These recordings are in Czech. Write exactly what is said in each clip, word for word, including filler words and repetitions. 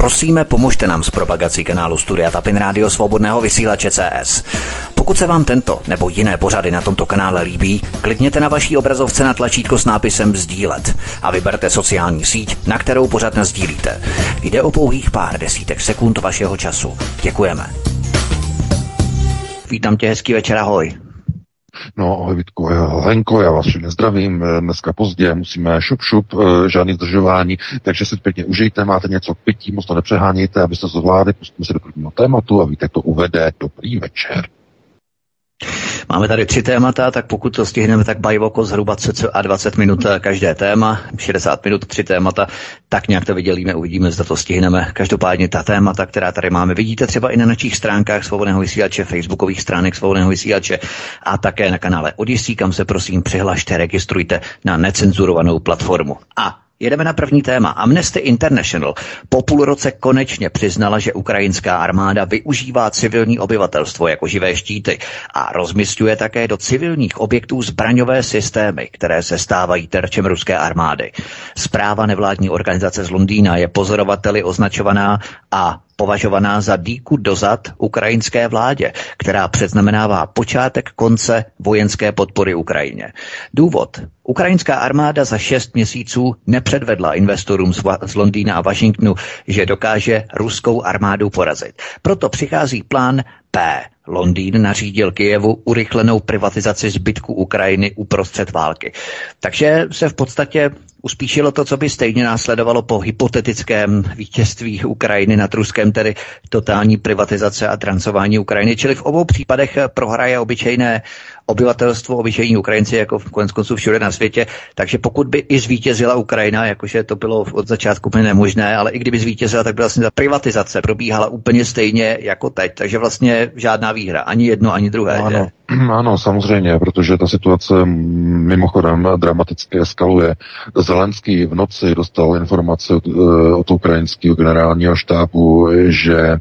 Prosíme, pomožte nám s propagací kanálu Studia Tapin Rádio Svobodného vysílače C S. Pokud se vám tento nebo jiné pořady na tomto kanále líbí, klikněte na vaší obrazovce na tlačítko s nápisem sdílet a vyberte sociální síť, na kterou pořad nasdílíte. Jde o pouhých pár desítek sekund vašeho času. Děkujeme. Vítám tě, hezký večer, ahoj. No, ahoj Vítku, Lenko, já vás všechny zdravím, dneska pozdě, musíme šup šup, žádný zdržování, takže si pěkně užijte, máte něco k pití, moc to nepřehánějte, abyste to zvládli, pustíme se do prvního tématu a víte, jak to uvede. Dobrý večer. Máme tady tři témata, tak pokud to stihneme, tak bajvoko zhruba cca dvacet minut každé téma, šedesát minut, tři témata, tak nějak to vydělíme, uvidíme, zda to stihneme. Každopádně ta témata, která tady máme, vidíte třeba i na našich stránkách Svobodného vysílače, facebookových stránek Svobodného vysílače a také na kanále Odyssey, kam se prosím přihlašte, registrujte na necenzurovanou platformu. A jedeme na první téma. Amnesty International po půl roce konečně přiznala, že ukrajinská armáda využívá civilní obyvatelstvo jako živé štíty a rozmisťuje také do civilních objektů zbraňové systémy, které se stávají terčem ruské armády. Zpráva nevládní organizace z Londýna je pozorovateli označovaná a považovaná za dýku dozad ukrajinské vládě, která předznamenává počátek konce vojenské podpory Ukrajině. Důvod. Ukrajinská armáda za šest měsíců nepředvedla investorům z Londýna a Washingtonu, že dokáže ruskou armádu porazit. Proto přichází plán P. Londýn nařídil Kyjevu urychlenou privatizaci zbytku Ukrajiny uprostřed války. Takže se v podstatě uspíšilo to, co by stejně následovalo po hypotetickém vítězství Ukrajiny nad Ruskem, tedy totální privatizace a drancování Ukrajiny. Čili v obou případech prohraje obyčejné obyvatelstvo, obyčejní Ukrajinci, jako v konec konců všude na světě. Takže pokud by i zvítězila Ukrajina, jakože to bylo od začátku úplně nemožné, ale i kdyby zvítězila, tak by vlastně ta privatizace probíhala úplně stejně jako teď. Takže vlastně žádná výhra, ani jedno, ani druhé. Ano, ano, samozřejmě, protože ta situace mimochodem dramaticky eskaluje. Zelenský v noci dostal informace od, od ukrajinského generálního štábu, že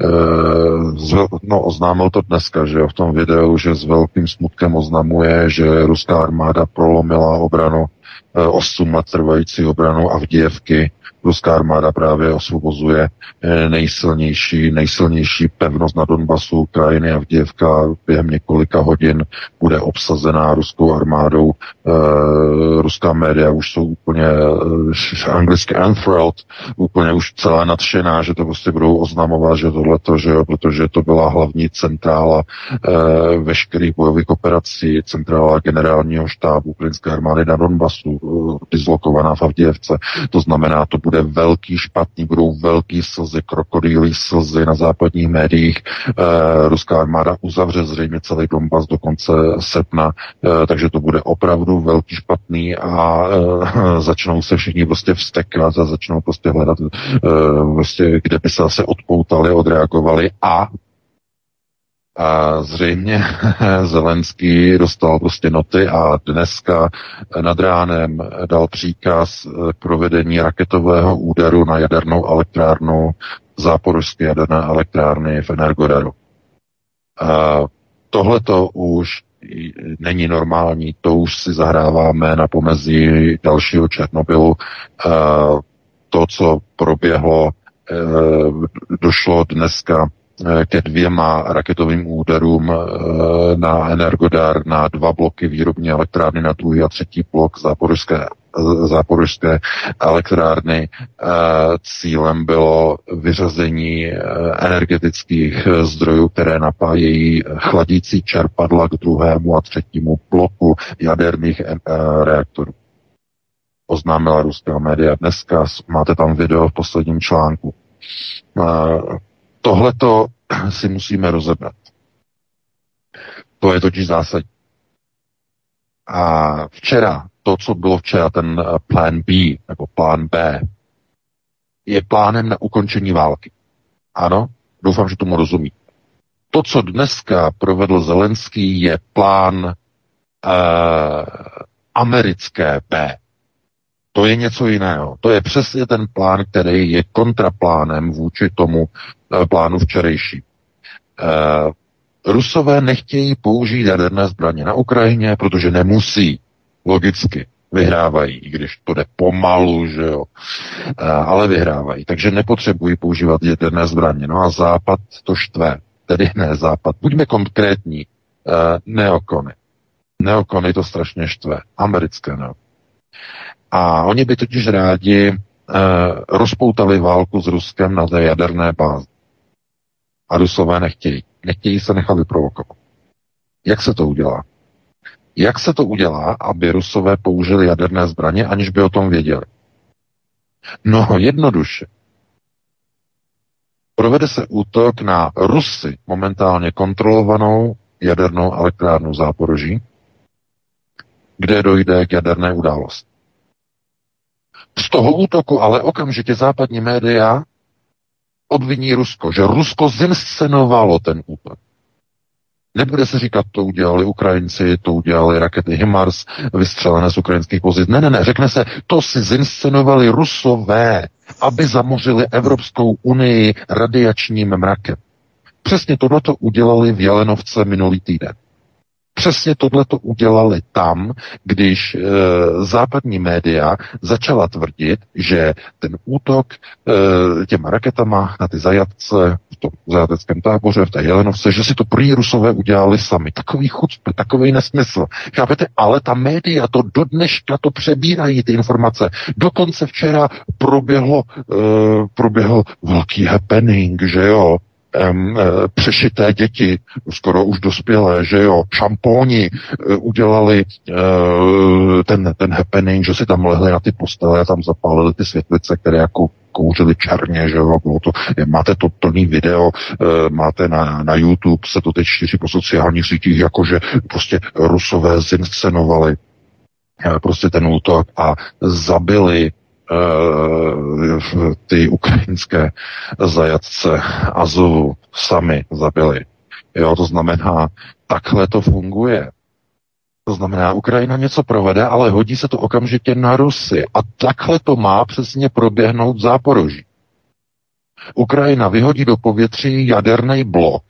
no, oznámil to dneska, že v tom videu, že s velkým smutkem oznamuje, že ruská armáda prolomila obranu, osm let trvající obranu Avdijevky. Ruská armáda právě osvobozuje nejsilnější, nejsilnější pevnost na Donbasu Ukrajiny. Avdijevka během několika hodin bude obsazená ruskou armádou. E, ruská média už jsou úplně e, anglicky enthralled, úplně už celá nadšená, že to prostě budou oznamovat, že tohleto, že jo, protože to byla hlavní centrála e, veškerých bojových operací, centrála generálního štábu ukrajinské armády na Donbasu, e, dislokovaná v Avdijevce. To znamená, to bude velký špatný, budou velký slzy, krokodýlí slzy na západních médiích. E, ruská armáda uzavře zřejmě celý Donbas do konce srpna, e, takže to bude opravdu velký špatný a e, začnou se všichni prostě vztekat a začnou prostě hledat, e, prostě, kde by se zase odpoutali, odreagovali a A zřejmě Zelenský dostal prostě noty a dneska nad ránem dal příkaz k provedení raketového úderu na jadernou elektrárnu, záporožské jaderné elektrárny v Energodaru. Tohleto už není normální, to už si zahráváme na pomezí dalšího Černobylu. To, co proběhlo, došlo dneska ke dvěma raketovým úderům na Energodar, na dva bloky výrobní elektrárny, na druhý a třetí blok záporožské, záporožské elektrárny. Cílem bylo vyřazení energetických zdrojů, které napájejí chladící čerpadla k druhému a třetímu bloku jaderných reaktorů. Oznámila ruská média dneska, máte tam video v posledním článku. Tohleto si musíme rozebrat. To je totiž zásadní. A včera, to, co bylo včera, ten plán B, nebo plán B, je plánem na ukončení války. Ano, doufám, že tomu rozumí. To, co dneska provedl Zelenský, je plán uh, americké B. To je něco jiného. To je přesně ten plán, který je kontraplánem vůči tomu uh, plánu včerejší. Uh, Rusové nechtějí použít jaderné zbraně na Ukrajině, protože nemusí. Logicky. Vyhrávají, i když to jde pomalu, že jo. Ale vyhrávají. Takže nepotřebují používat jaderné zbraně. No a Západ to štve. Tedy ne Západ. Buďme konkrétní. Neokony. Neokony to strašně štve. Americké neokony. A oni by totiž rádi rozpoutali válku s Ruskem na té jaderné bázi. A Rusové nechtějí. Nechtějí se nechat vyprovokovat. Jak se to udělá? Jak se to udělá, aby Rusové použili jaderné zbraně, aniž by o tom věděli? No, jednoduše. Provede se útok na Rusy, momentálně kontrolovanou jadernou elektrárnu Záporoží, kde dojde k jaderné události. Z toho útoku ale okamžitě západní média obviní Rusko, že Rusko zinscenovalo ten útok. Nebude se říkat, to udělali Ukrajinci, to udělali rakety HIMARS, vystřelené z ukrajinských pozic. Ne, ne, ne, řekne se, to si zinscenovali Rusové, aby zamořili Evropskou unii radiačním mrakem. Přesně tohleto udělali v Jelenovce minulý týden. Přesně tohleto udělali tam, když e, západní média začala tvrdit, že ten útok e, těma raketama na ty zajatce v tom zajateckém táboře, v té Jelenovce, že si to prý Rusové udělali sami. Takový chucpe, takový nesmysl. Chápete? Ale ta média to do dneška to přebírají, ty informace. Dokonce včera proběhlo, e, proběhl velký happening, že jo? Um, přešité děti, skoro už dospělé, že jo, šampóni uh, udělali uh, ten, ten happening, že si tam lehli na ty postele a tam zapálili ty světlice, které jako kouřily černě, že jo, bylo to, máte to plný video, uh, máte na, na YouTube, se to teď šíří po sociálních sítích, jakože prostě Rusové zinscenovali uh, prostě ten útok a zabili ty ukrajinské zajatce Azovu sami zabili. Jo, to znamená, takhle to funguje. To znamená, Ukrajina něco provede, ale hodí se to okamžitě na Rusy. A takhle to má přesně proběhnout v Záporoží. Ukrajina vyhodí do povětří jaderný blok.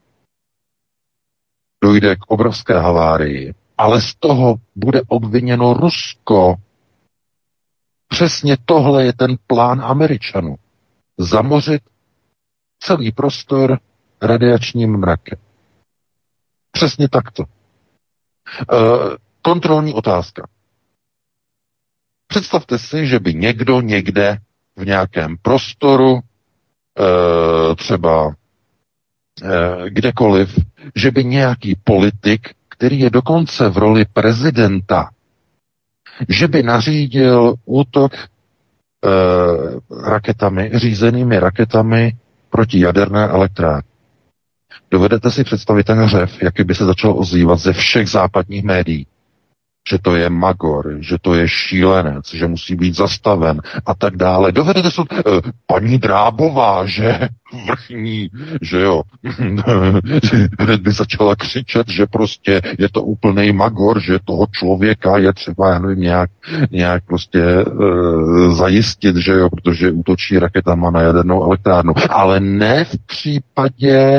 Dojde k obrovské havárii, ale z toho bude obviněno Rusko. Přesně tohle je ten plán Američanů. Zamořit celý prostor radiačním mrakem. Přesně takto. E, kontrolní otázka. Představte si, že by někdo někde v nějakém prostoru, e, třeba e, kdekoliv, že by nějaký politik, který je dokonce v roli prezidenta, že by nařídil útok e, raketami, řízenými raketami proti jaderné elektrárně. Dovedete si představit ten řev, jaký by se začal ozývat ze všech západních médií, že to je magor, že to je šílenec, že musí být zastaven a tak dále. Dovedete si, e, paní Drábová, že vrchní, že jo, hned by začala křičet, že prostě je to úplný magor, že toho člověka je třeba, já nevím, nějak, nějak prostě e, zajistit, že jo, protože útočí raketama na jadernou elektrárnu. Ale ne v případě e,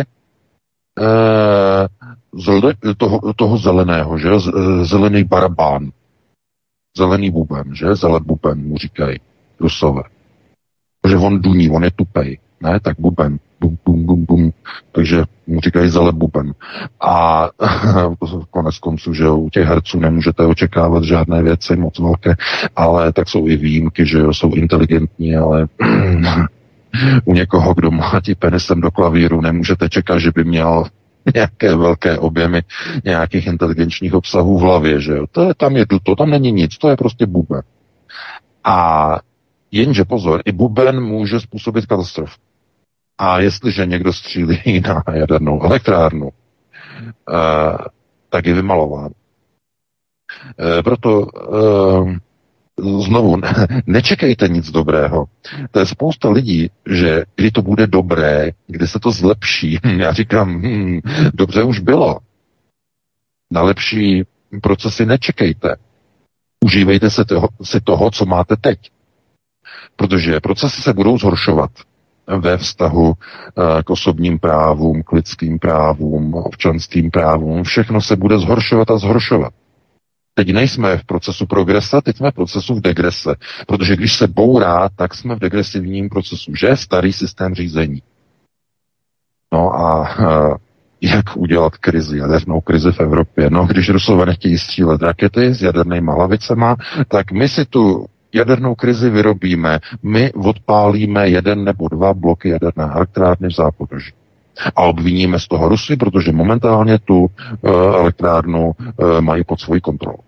zle, toho, toho zeleného, že zelený barabán, zelený buben, že zelen buben mu říkají Rusové. Protože on duní, on je tupej. Ne, tak buben, bum, bum, bum, bum. Takže mu říkají zele buben. A konec konců, že u těch herců nemůžete očekávat žádné věci moc velké, ale tak jsou i výjimky, že jo, jsou inteligentní, ale u někoho, kdo mlátí penisem do klavíru, nemůžete čekat, že by měl nějaké velké objemy nějakých inteligenčních obsahů v hlavě, že jo. To je, tam je to, tam není nic, to je prostě buben. A jenže pozor, i buben může způsobit katastrofu. A jestliže někdo střílí na jadernou elektrárnu, uh, tak je vymalován. Uh, proto uh, znovu, nečekejte nic dobrého. To je spousta lidí, že kdy to bude dobré, kdy se to zlepší. Já říkám, hm, dobře už bylo. Na lepší procesy nečekejte. Užívejte se toho, si toho, co máte teď. Protože procesy se budou zhoršovat ve vztahu k osobním právům, k lidským právům, občanským právům. Všechno se bude zhoršovat a zhoršovat. Teď nejsme v procesu progrese, teď jsme v procesu v degrese. Protože když se bourá, tak jsme v degresivním procesu, že? Starý systém řízení. No a jak udělat krizi, jadernou krizi v Evropě? No, když Rusové nechtějí střílet rakety s jadernýma hlavicema, tak my si tu jadernou krizi vyrobíme. My odpálíme jeden nebo dva bloky jaderné elektrárny v Záporoží. A obviníme z toho Rusy, protože momentálně tu uh, elektrárnu uh, mají pod svojí kontrolou.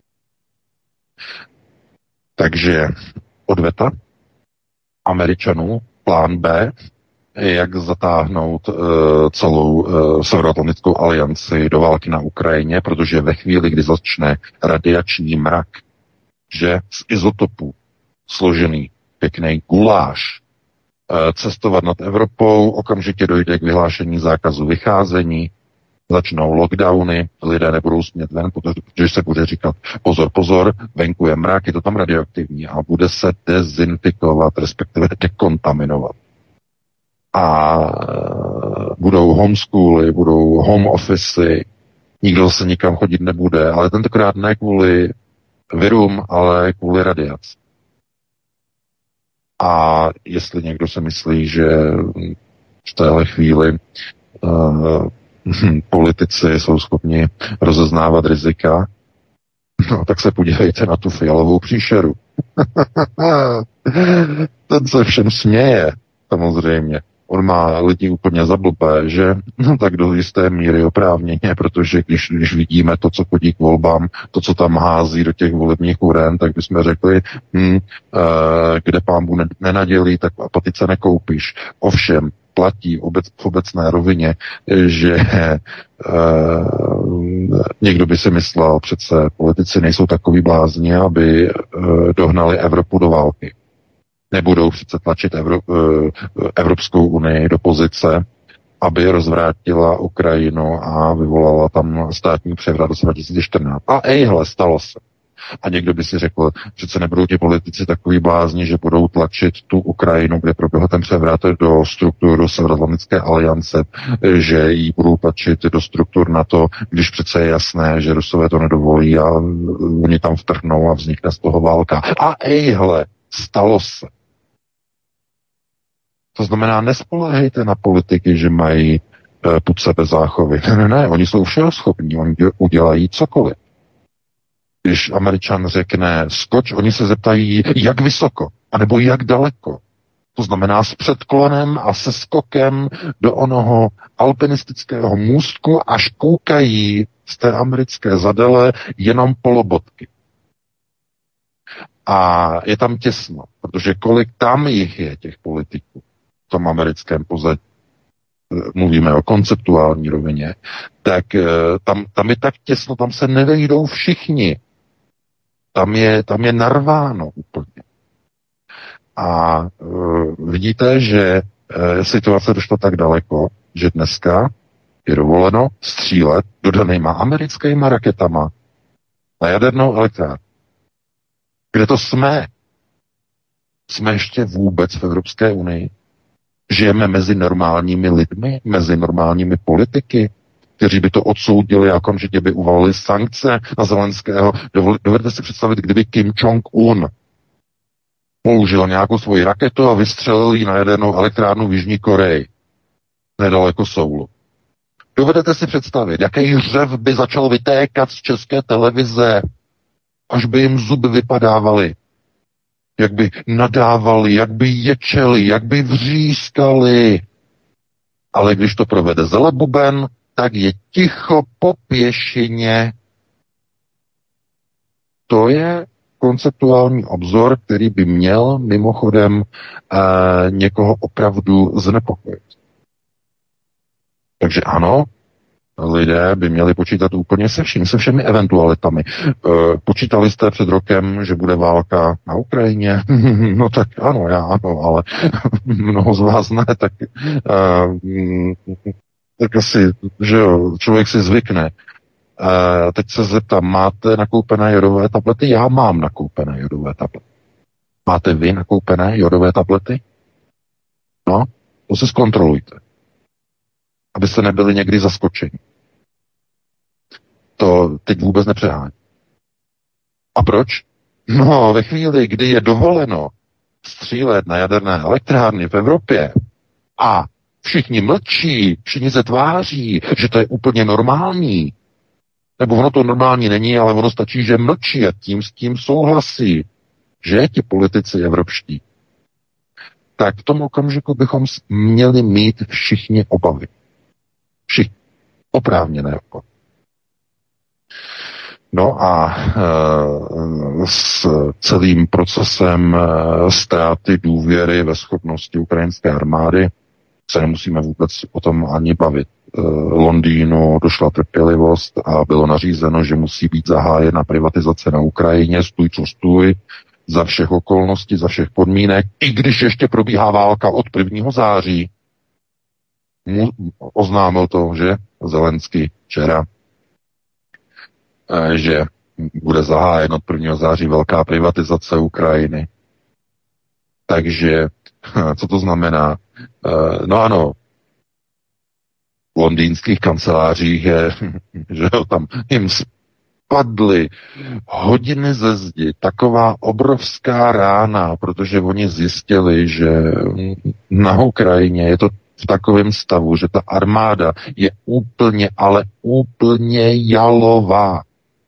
Takže odveta Američanů, plán B, jak zatáhnout uh, celou uh, Severoatlantickou alianci do války na Ukrajině, protože ve chvíli, kdy začne radiační mrak, že z izotopů složený pěkný guláš uh, cestovat nad Evropou, okamžitě dojde k vyhlášení zákazu vycházení, začnou lockdowny, lidé nebudou smět ven, protože se bude říkat pozor, pozor, venku je mrak, je to tam radioaktivní a bude se dezinfikovat, respektive dekontaminovat. A budou homeschooly, budou home office, nikdo zase nikam chodit nebude, ale tentokrát ne kvůli virům, ale kvůli radiaci. A jestli někdo se myslí, že v téhle chvíli uh, politici jsou schopni rozeznávat rizika, no tak se podívejte na tu fialovou příšeru. Ten se všem směje, samozřejmě. On má lidi úplně za blbé, že? No tak do jisté míry oprávněně, protože když, když vidíme to, co chodí k volbám, to, co tam hází do těch volebních uren, tak bychom řekli, hm, eh, kde pámbu nenadělí, tak apatice nekoupíš. Ovšem, platí obec, v obecné rovině, že eh, někdo by si myslel, přece politici nejsou takový blázni, aby eh, dohnali Evropu do války. Nebudou přece tlačit Evro, Evropskou unii do pozice, aby rozvrátila Ukrajinu a vyvolala tam státní převrat v dva tisíce čtrnáct. A ejhle, stalo se. A někdo by si řekl, přece nebudou ti politici takový blázni, že budou tlačit tu Ukrajinu, kde proběhl ten převrat, do struktur Severoatlantické aliance, že ji budou tlačit do struktur NATO, když přece je jasné, že Rusové to nedovolí a oni tam vtrhnou a vznikne z toho válka. A ejhle, stalo se. To znamená, nespoléhejte na politiky, že mají e, pod sebe záchovy. Ne, ne, ne, oni jsou všeho schopní, oni udělají cokoliv. Když Američan řekne skoč, oni se zeptají, jak vysoko, anebo jak daleko. To znamená s předklonem a se skokem do onoho alpinistického můstku, až koukají z té americké zadele jenom polobotky. A je tam těsno, protože kolik tam jich je, těch politiků, v tom americkém pozadí, mluvíme o konceptuální rovině, tak tam, tam je tak těsno, tam se nevejdou všichni. Tam je, tam je narváno úplně. A uh, vidíte, že uh, situace došla tak daleko, že dneska je dovoleno střílet dodanýma americkýma raketama na jadernou elektrárnu. Kde to jsme? Jsme ještě vůbec v Evropské unii? Žijeme mezi normálními lidmi, mezi normálními politiky, kteří by to odsoudili a okamžitě by uvalili sankce na Zelenského. Dovedete si představit, kdyby Kim Jong-un použil nějakou svoji raketu a vystřelil ji na jadernou elektrárnu v Jižní Koreji, nedaleko Soulu. Dovedete si představit, jaký řev by začal vytékat z české televize, až by jim zuby vypadávaly, jak by nadávali, jak by ječeli, jak by vřískali. Ale když to provede Zelebuben, tak je ticho po pěšině. To je konceptuální obzor, který by měl mimochodem eh, někoho opravdu znepokojit. Takže ano, lidé by měli počítat úplně se vším, se všemi eventualitami. E, počítali jste před rokem, že bude válka na Ukrajině? No tak ano, já ano, ale mnoho z vás ne, tak, e, tak asi, že jo, člověk si zvykne. E, teď se zeptám, máte nakoupené jodové tablety? Já mám nakoupené jodové tablety. Máte vy nakoupené jodové tablety? No, to si zkontrolujte. Abyste nebyli někdy zaskočeni. To teď vůbec nepřehání. A proč? No, ve chvíli, kdy je dovoleno střílet na jaderné elektrárny v Evropě a všichni mlčí, všichni se tváří, že to je úplně normální, nebo ono to normální není, ale ono stačí, že mlčí a tím s tím souhlasí, že ti politici evropští, tak v tom okamžiku bychom měli mít všichni obavy. Všichni. Oprávněné obavy. No a e, s celým procesem e, ztráty důvěry ve schopnosti ukrajinské armády se nemusíme vůbec o tom ani bavit. E, Londýnu došla trpělivost a bylo nařízeno, že musí být zahájena privatizace na Ukrajině, stůj co stůj, za všech okolností, za všech podmínek, i když ještě probíhá válka od prvního září. Mu, oznámil to, že Zelenský včera, že bude zahájen od prvního září velká privatizace Ukrajiny. Takže, co to znamená? No ano, v londýnských kancelářích je, že tam jim spadly hodiny ze zdi, taková obrovská rána, protože oni zjistili, že na Ukrajině je to v takovém stavu, že ta armáda je úplně, ale úplně jalová.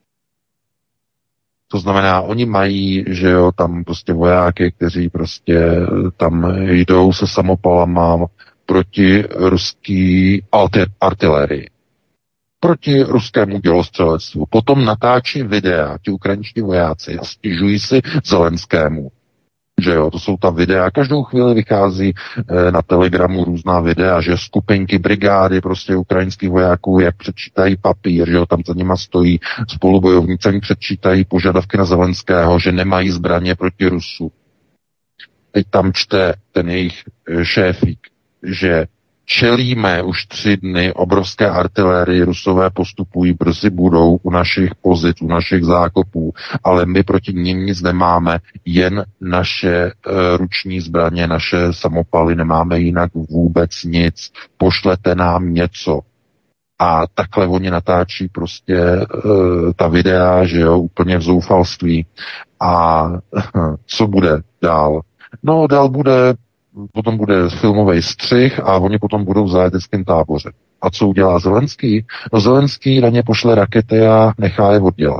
To znamená, oni mají, že jo, tam prostě vojáky, kteří prostě tam jdou se samopalama proti ruský artilerii, proti ruskému dělostřelectvu. Potom natáčí videa, ti ukrajinští vojáci, a stěžují si Zelenskému. Že jo, to jsou ta videa, každou chvíli vychází e, na Telegramu různá videa, že skupinky, brigády prostě ukrajinských vojáků, jak přečítají papír, že jo, tam za nima stojí spolubojovníci, přečítají požadavky na Zelenského, že nemají zbraně proti Rusu. Teď tam čte ten jejich šéfík, že čelíme už tři dny obrovské artilérii, Rusové postupují, brzy budou u našich pozic, u našich zákopů, ale my proti nim nic nemáme, jen naše e, ruční zbraně, naše samopaly, nemáme jinak vůbec nic, pošlete nám něco. A takhle oni natáčí prostě e, ta videa, že jo, úplně v zoufalství. A co bude dál? No, dál bude potom bude filmový střih a oni potom budou v zájeteckém táboře. A co udělá Zelenský? No Zelenský na ně pošle rakety a nechá je oddělat.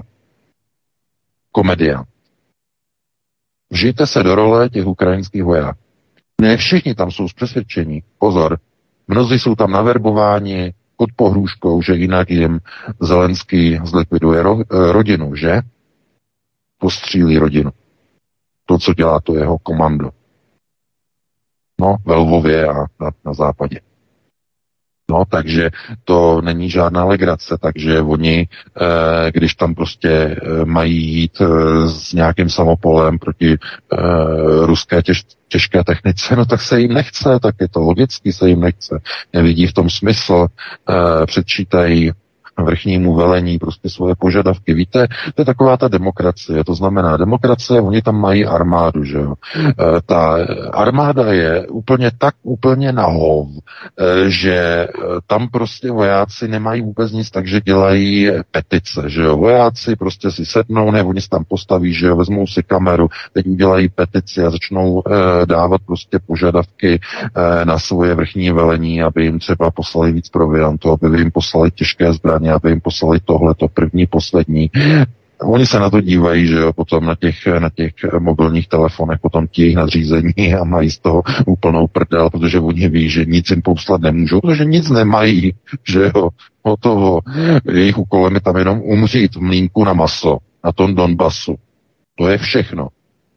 Komediant. Vžijte se do role těch ukrajinských vojáků. Ne všichni tam jsou z přesvědčení. Pozor. Mnozí jsou tam naverbováni pod pohrůžkou, že jinak jim Zelenský zlikviduje ro- rodinu, že? Postřílí rodinu. To, co dělá to jeho komando. No, ve Lvově a na, na západě. No, takže to není žádná legrace, takže oni, eh, když tam prostě eh, mají jít eh, s nějakým samopolem proti eh, ruské těž, těžké technice, no tak se jim nechce, tak je to logicky, se jim nechce. Nevidí v tom smysl, eh, předčítají vrchnímu velení prostě svoje požadavky. Víte, to je taková ta demokracie. To znamená, demokracie, oni tam mají armádu, že jo. E, ta armáda je úplně tak úplně na hov, e, že tam prostě vojáci nemají vůbec nic, takže dělají petice, že jo. Vojáci prostě si sednou, ne, oni se tam postaví, že jo, vezmou si kameru, teď udělají petici a začnou e, dávat prostě požadavky e, na svoje vrchní velení, aby jim třeba poslali víc proviantu, aby jim poslali těžké zbraně, aby jim poslali tohle, to první, poslední. Oni se na to dívají, že jo, potom na těch, na těch mobilních telefonech, potom ti jejich nadřízení a mají z toho úplnou prdel, protože oni ví, že nic jim poslat nemůžou, protože nic nemají, že jo, o toho. Jejich úkolem je tam jenom umřít v mlýnku na maso, na tom Donbasu. To je všechno.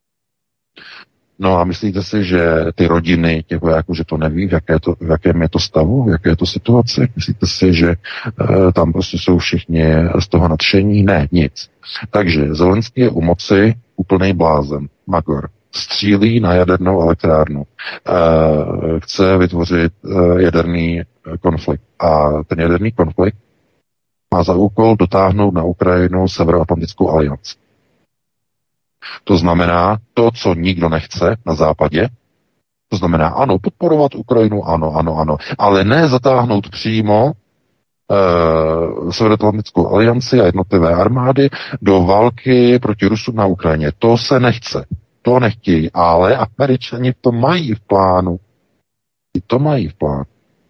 No a myslíte si, že ty rodiny těch vojáků, že to neví, v, jaké to, v jakém je to stavu, v jaké je to situaci? Myslíte si, že e, tam prostě jsou všichni z toho nadšení? Ne, nic. Takže Zelenský je u moci úplnej blázen, magor. Střílí na jadernou elektrárnu. E, chce vytvořit e, jaderný konflikt. A ten jaderný konflikt má za úkol dotáhnout na Ukrajinu Severoatlantickou alianci. To znamená to, co nikdo nechce na západě, to znamená ano, podporovat Ukrajinu, ano, ano, ano, ale ne zatáhnout přímo uh, Severoatlantickou alianci a jednotlivé armády do války proti Rusům na Ukrajině. To se nechce. To nechtějí, ale Američani to mají v plánu. I to mají v plánu.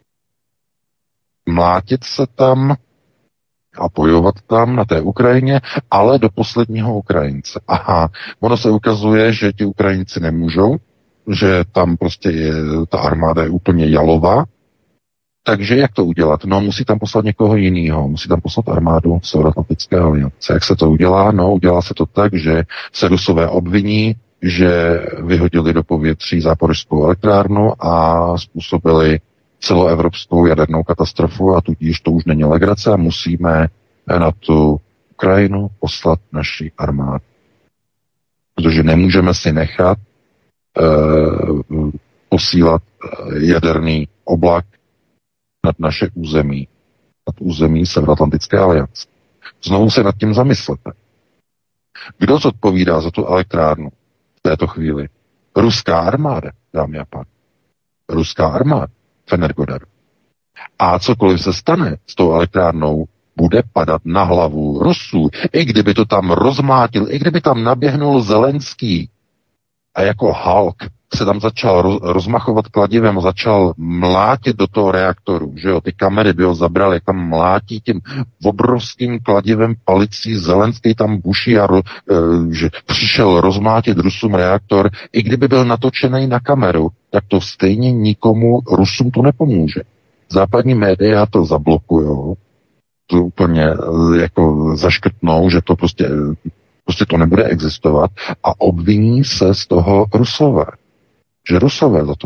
Mlátit se tam a bojovat tam na té Ukrajině, ale do posledního Ukrajince. Aha, ono se ukazuje, že ti Ukrajinci nemůžou, že tam prostě je, ta armáda je úplně jalová. Takže jak to udělat? No, musí tam poslat někoho jiného, musí tam poslat armádu Severoatlantické aliance. Jak se to udělá? No, udělá se to tak, že se Rusové obviní, že vyhodili do povětří Záporožskou elektrárnu a způsobili celoevropskou jadernou katastrofu a tudíž to už není legrace a musíme na tu Ukrajinu poslat naši armádu. Protože nemůžeme si nechat uh, posílat jaderný oblak nad naše území, nad území Severoatlantické aliance. Znovu se nad tím zamyslete. Kdo zodpovídá za tu elektrárnu v této chvíli? Ruská armáda, dámy a pánové. Ruská armáda v Energodaru. A cokoliv se stane s tou elektrárnou, bude padat na hlavu Rusů. I kdyby to tam rozmátil, i kdyby tam naběhnul Zelenský a jako Hulk se tam začal roz, rozmachovat kladivem, začal mlátit do toho reaktoru, že jo, ty kamery by ho zabrali, jak tam mlátí tím obrovským kladivem palicí, Zelenský tam buší a ro, e, že přišel rozmátit Rusům reaktor, i kdyby byl natočený na kameru, tak to stejně nikomu Rusům to nepomůže. Západní média to zablokujou, to úplně jako zaškrtnou, že to prostě, prostě to nebude existovat a obviní se z toho Rusové. Že Rusové za to.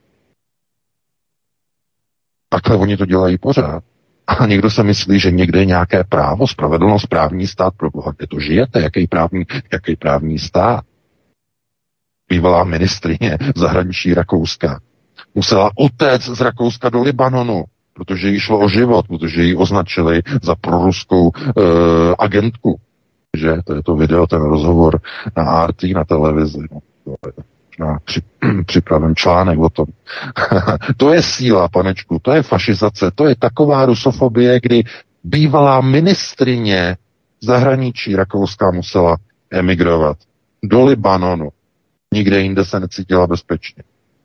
Takhle oni to dělají pořád. A někdo se myslí, že někde je nějaké právo, spravedlnost, právní stát, pro boha, kde to žijete, jaký právní, jaký právní stát. Bývalá ministryně zahraničí Rakouska musela utéct z Rakouska do Libanonu, protože jí šlo o život, protože ji označili za proruskou uh, agentku. Že? To je to video, ten rozhovor na R T, na televizi. No, to je na při, připraven článek o tom. To je síla, panečku, to je fašizace, to je taková rusofobie, kdy bývalá ministrině zahraničí Rakouska musela emigrovat do Libanonu. Nikde jinde se necítila bezpečně.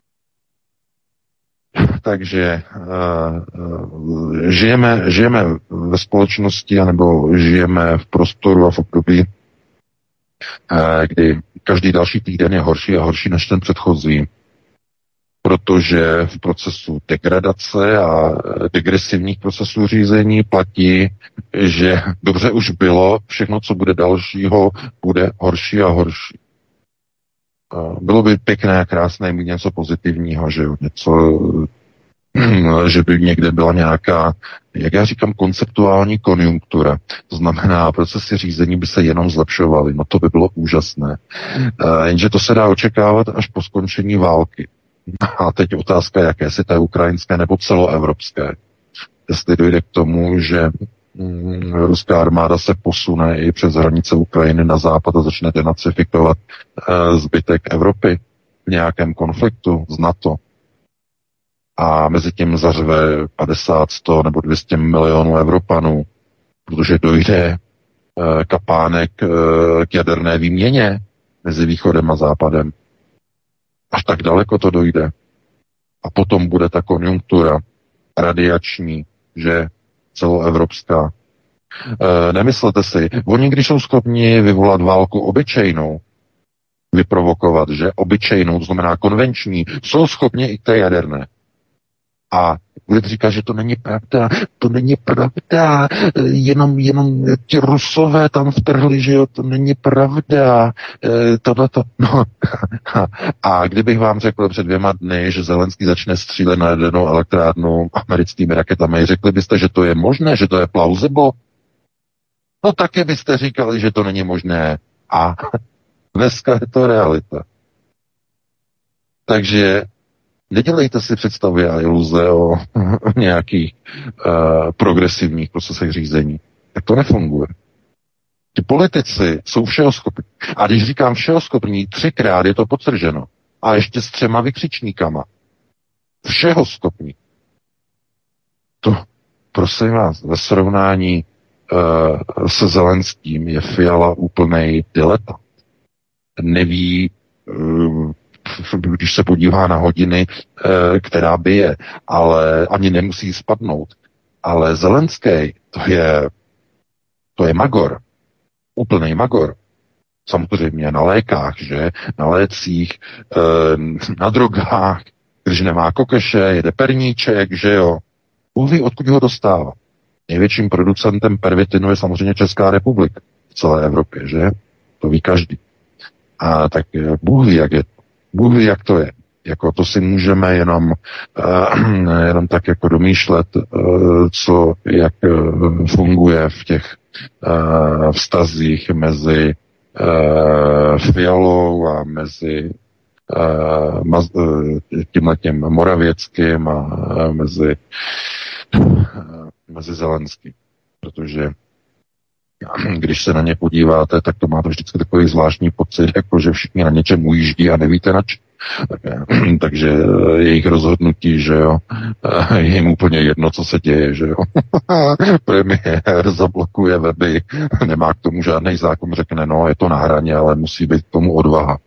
Takže uh, žijeme, žijeme ve společnosti, anebo žijeme v prostoru a v období, uh, kdy každý další týden je horší a horší než ten předchozí, protože v procesu degradace a degresivních procesů řízení platí, že dobře už bylo, všechno, co bude dalšího, bude horší a horší. Bylo by pěkné a krásné mít něco pozitivního, že jo, něco, že by někde byla nějaká, jak já říkám, konceptuální konjunktura. To znamená, procesy řízení by se jenom zlepšovaly. No to by bylo úžasné. Jenže to se dá očekávat až po skončení války. A teď otázka, jaké si té ukrajinské nebo celoevropské. Jestli dojde k tomu, že mm, ruská armáda se posune i přes hranice Ukrajiny na západ a začne denacifikovat e, zbytek Evropy v nějakém konfliktu z NATO. A mezi tím zařve padesát, sto nebo dvě stě milionů Evropanů, protože dojde e, kapánek e, k jaderné výměně mezi východem a západem. Až tak daleko to dojde. A potom bude ta konjunktura radiační, že celoevropská. E, nemyslete si, oni když jsou schopni vyvolat válku obyčejnou, vyprovokovat, že obyčejnou, to znamená konvenční, jsou schopni i té jaderné. A budete říkat, že to není pravda, to není pravda, jenom, jenom ti Rusové tam vtrhli, že jo, to není pravda, tohleto, no. A kdybych vám řekl před dvěma dny, že Zelenský začne střílet na jadernou elektrárnu americkými raketami, řekli byste, že to je možné, že to je plausible? No také byste říkali, že to není možné. A dneska je to realita. Takže nedělejte si představy a iluze o nějakých uh, progresivních procesech řízení. Tak to nefunguje. Ti politici jsou všehoschopní. A když říkám všehoschopní, třikrát je to podtrženo. A ještě s třema vykřičníkama. Všehoschopní. To, prosím vás, ve srovnání uh, se Zelenským je Fiala úplnej diletant. Neví, uh, když se podívá na hodiny, uh, která bije, ale ani nemusí spadnout. Ale Zelenský, to je, to je magor. Úplnej magor. Samozřejmě na lékách, že? Na lécích, uh, na drogách, když nemá kokeše, jede perníček, že jo. Bůh ví, odkud ho dostává. Největším producentem pervitinu je samozřejmě Česká republika v celé Evropě, že? To ví každý. A tak Bůh ví, jak je. Bůh ví, jak to je. Jako to si můžeme jenom, uh, jenom tak jako domýšlet, uh, co, jak uh, funguje v těch uh, vztazích mezi uh, Fialou a mezi uh, maz, uh, tímhletím Moravěckým a uh, mezi mezi Zelenským, protože když se na ně podíváte, tak to máte vždycky takový zvláštní pocit, jako že všichni na něčem ujíždí a nevíte na čem. Takže jejich rozhodnutí, že jo, je jim úplně jedno, co se děje, že jo. Premiér zablokuje weby, nemá k tomu žádný zákon, řekne, no, je to na hraně, ale musí být k tomu odvaha.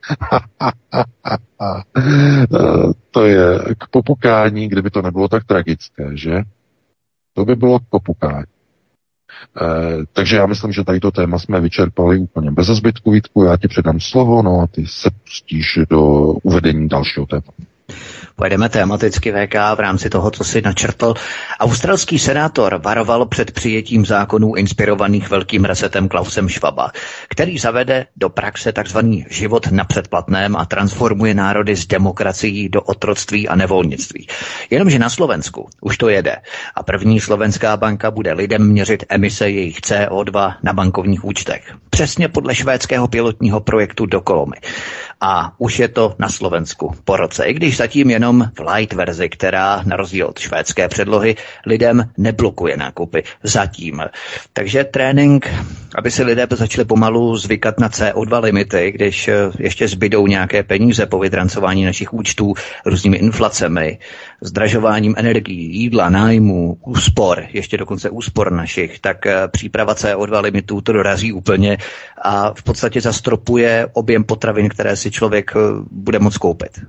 To je k popukání, kdyby to nebylo tak tragické, že? To by bylo k popukání. Eh, takže já myslím, že tady to téma jsme vyčerpali úplně bez zbytku. Vítku, já ti předám slovo, no a ty se pustíš do uvedení dalšího tématu. Pojedeme tematicky V K v rámci toho, co si načrtl. Australský senátor varoval před přijetím zákonů inspirovaných velkým resetem Klausem Schwaba, který zavede do praxe takzvaný život na předplatném a transformuje národy z demokracií do otroctví a nevolnictví. Jenomže na Slovensku už to jede a první slovenská banka bude lidem měřit emise jejich C O dva na bankovních účtech. Přesně podle švédského pilotního projektu Dokolomy. A už je to na Slovensku po roce, i když zatím jenom v light verzi, která na rozdíl od švédské předlohy lidem neblokuje nákupy. Zatím. Takže trénink, aby si lidé začali pomalu zvykat na C O dva limity, když ještě zbydou nějaké peníze po vydrancování našich účtů různými inflacemi, zdražováním energií, jídla, nájmu, úspor, ještě dokonce úspor našich, tak příprava C O dva limitů to dorazí úplně a v podstatě zastropuje objem potravin, které si člověk bude moct koupit.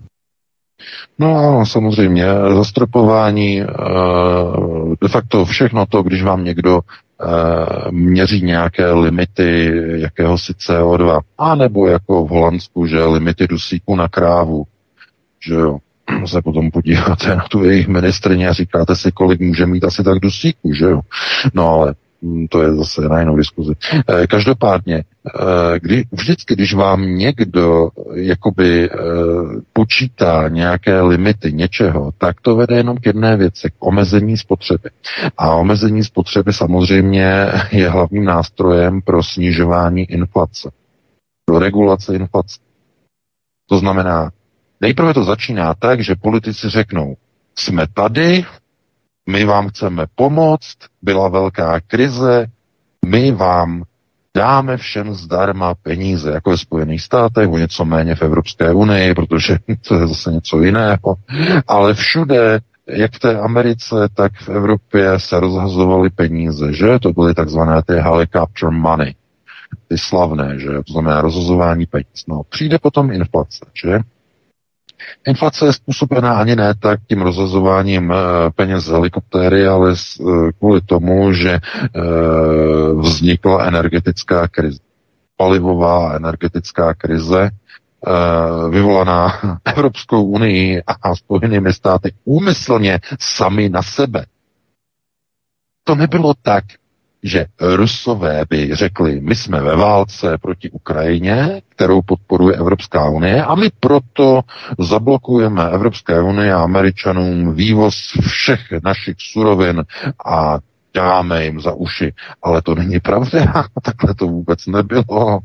No samozřejmě, zastropování, de facto všechno to, když vám někdo měří nějaké limity jakéhosi C O dva, anebo jako v Holandsku, že limity dusíku na krávu, že jo, se potom podíváte na tu jejich ministryni a říkáte si, kolik může mít asi tak dusíku, že jo. No ale to je zase na jinou diskuzi. Každopádně, kdy, vždycky, když vám někdo jakoby počítá nějaké limity něčeho, tak to vede jenom k jedné věci, k omezení spotřeby. A omezení spotřeby samozřejmě je hlavním nástrojem pro snižování inflace, pro regulaci inflace. To znamená, nejprve to začíná tak, že politici řeknou, jsme tady, my vám chceme pomoct, byla velká krize, my vám dáme všem zdarma peníze, jako ve Spojených státech, o něco méně v Evropské unii, protože to je zase něco jiného, ale všude, jak v té Americe, tak v Evropě se rozhazovaly peníze, že? To byly takzvané ty helicopter money, ty slavné, že? To znamená rozhazování peněz. No, přijde potom inflace, že? Inflace je způsobená ani ne tak tím rozhazováním peněz z helikoptéry, ale kvůli tomu, že vznikla energetická krize. Palivová energetická krize vyvolaná Evropskou unii a Spojenými státy úmyslně sami na sebe. To nebylo tak, že Rusové by řekli, my jsme ve válce proti Ukrajině, kterou podporuje Evropská unie a my proto zablokujeme Evropské unii a Američanům vývoz všech našich surovin a dáme jim za uši. Ale to není pravda, takhle to vůbec nebylo.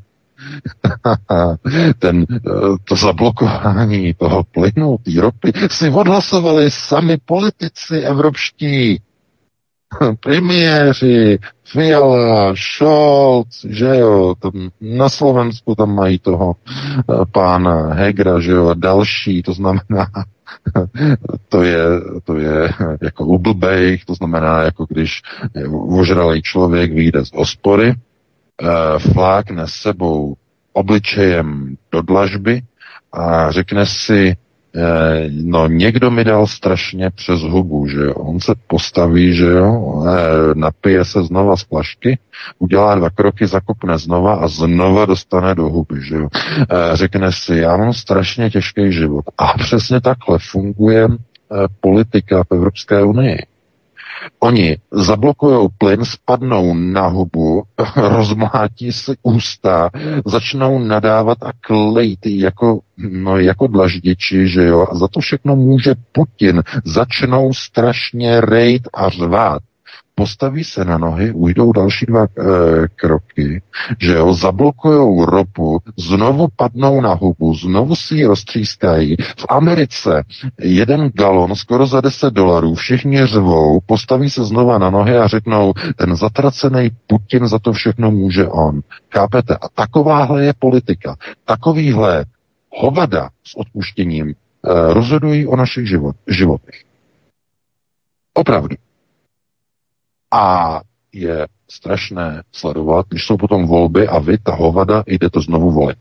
Ten, to zablokování toho plynu, té ropy si odhlasovali sami politici evropští. Premiéři, Fiala, Scholz, že jo, tam na Slovensku tam mají toho pána Hegera, že jo, a další, to znamená, to je, to je jako u blbejch, to znamená, jako když ožralý člověk vyjde z hospody, flákne s sebou obličejem do dlažby a řekne si, no někdo mi dal strašně přes hubu, že jo. On se postaví, že jo, napije se znova z flašky, udělá dva kroky, zakopne znova a znova dostane do huby, že jo. Řekne si, já mám strašně těžký život. A přesně takhle funguje politika v Evropské unii. Oni zablokují plyn, spadnou na hubu, rozmlátí si ústa, začnou nadávat a klejt jako, no, jako dlaždiči, že jo, a za to všechno může Putin. Začnou strašně rejt a řvát. Postaví se na nohy, ujdou další dva e, kroky, že jo, zablokujou ropu, znovu padnou na hubu, znovu si ji roztřískají. V Americe jeden galon skoro za deset dolarů, všichni řvou, postaví se znova na nohy a řeknou, ten zatracený Putin, za to všechno může on. Chápete? A takováhle je politika. Takovýhle hovada s odpuštěním e, rozhodují o našich život, životech. Opravdu. A je strašné sledovat, když jsou potom volby a vy, ta hovada, jdete znovu volit.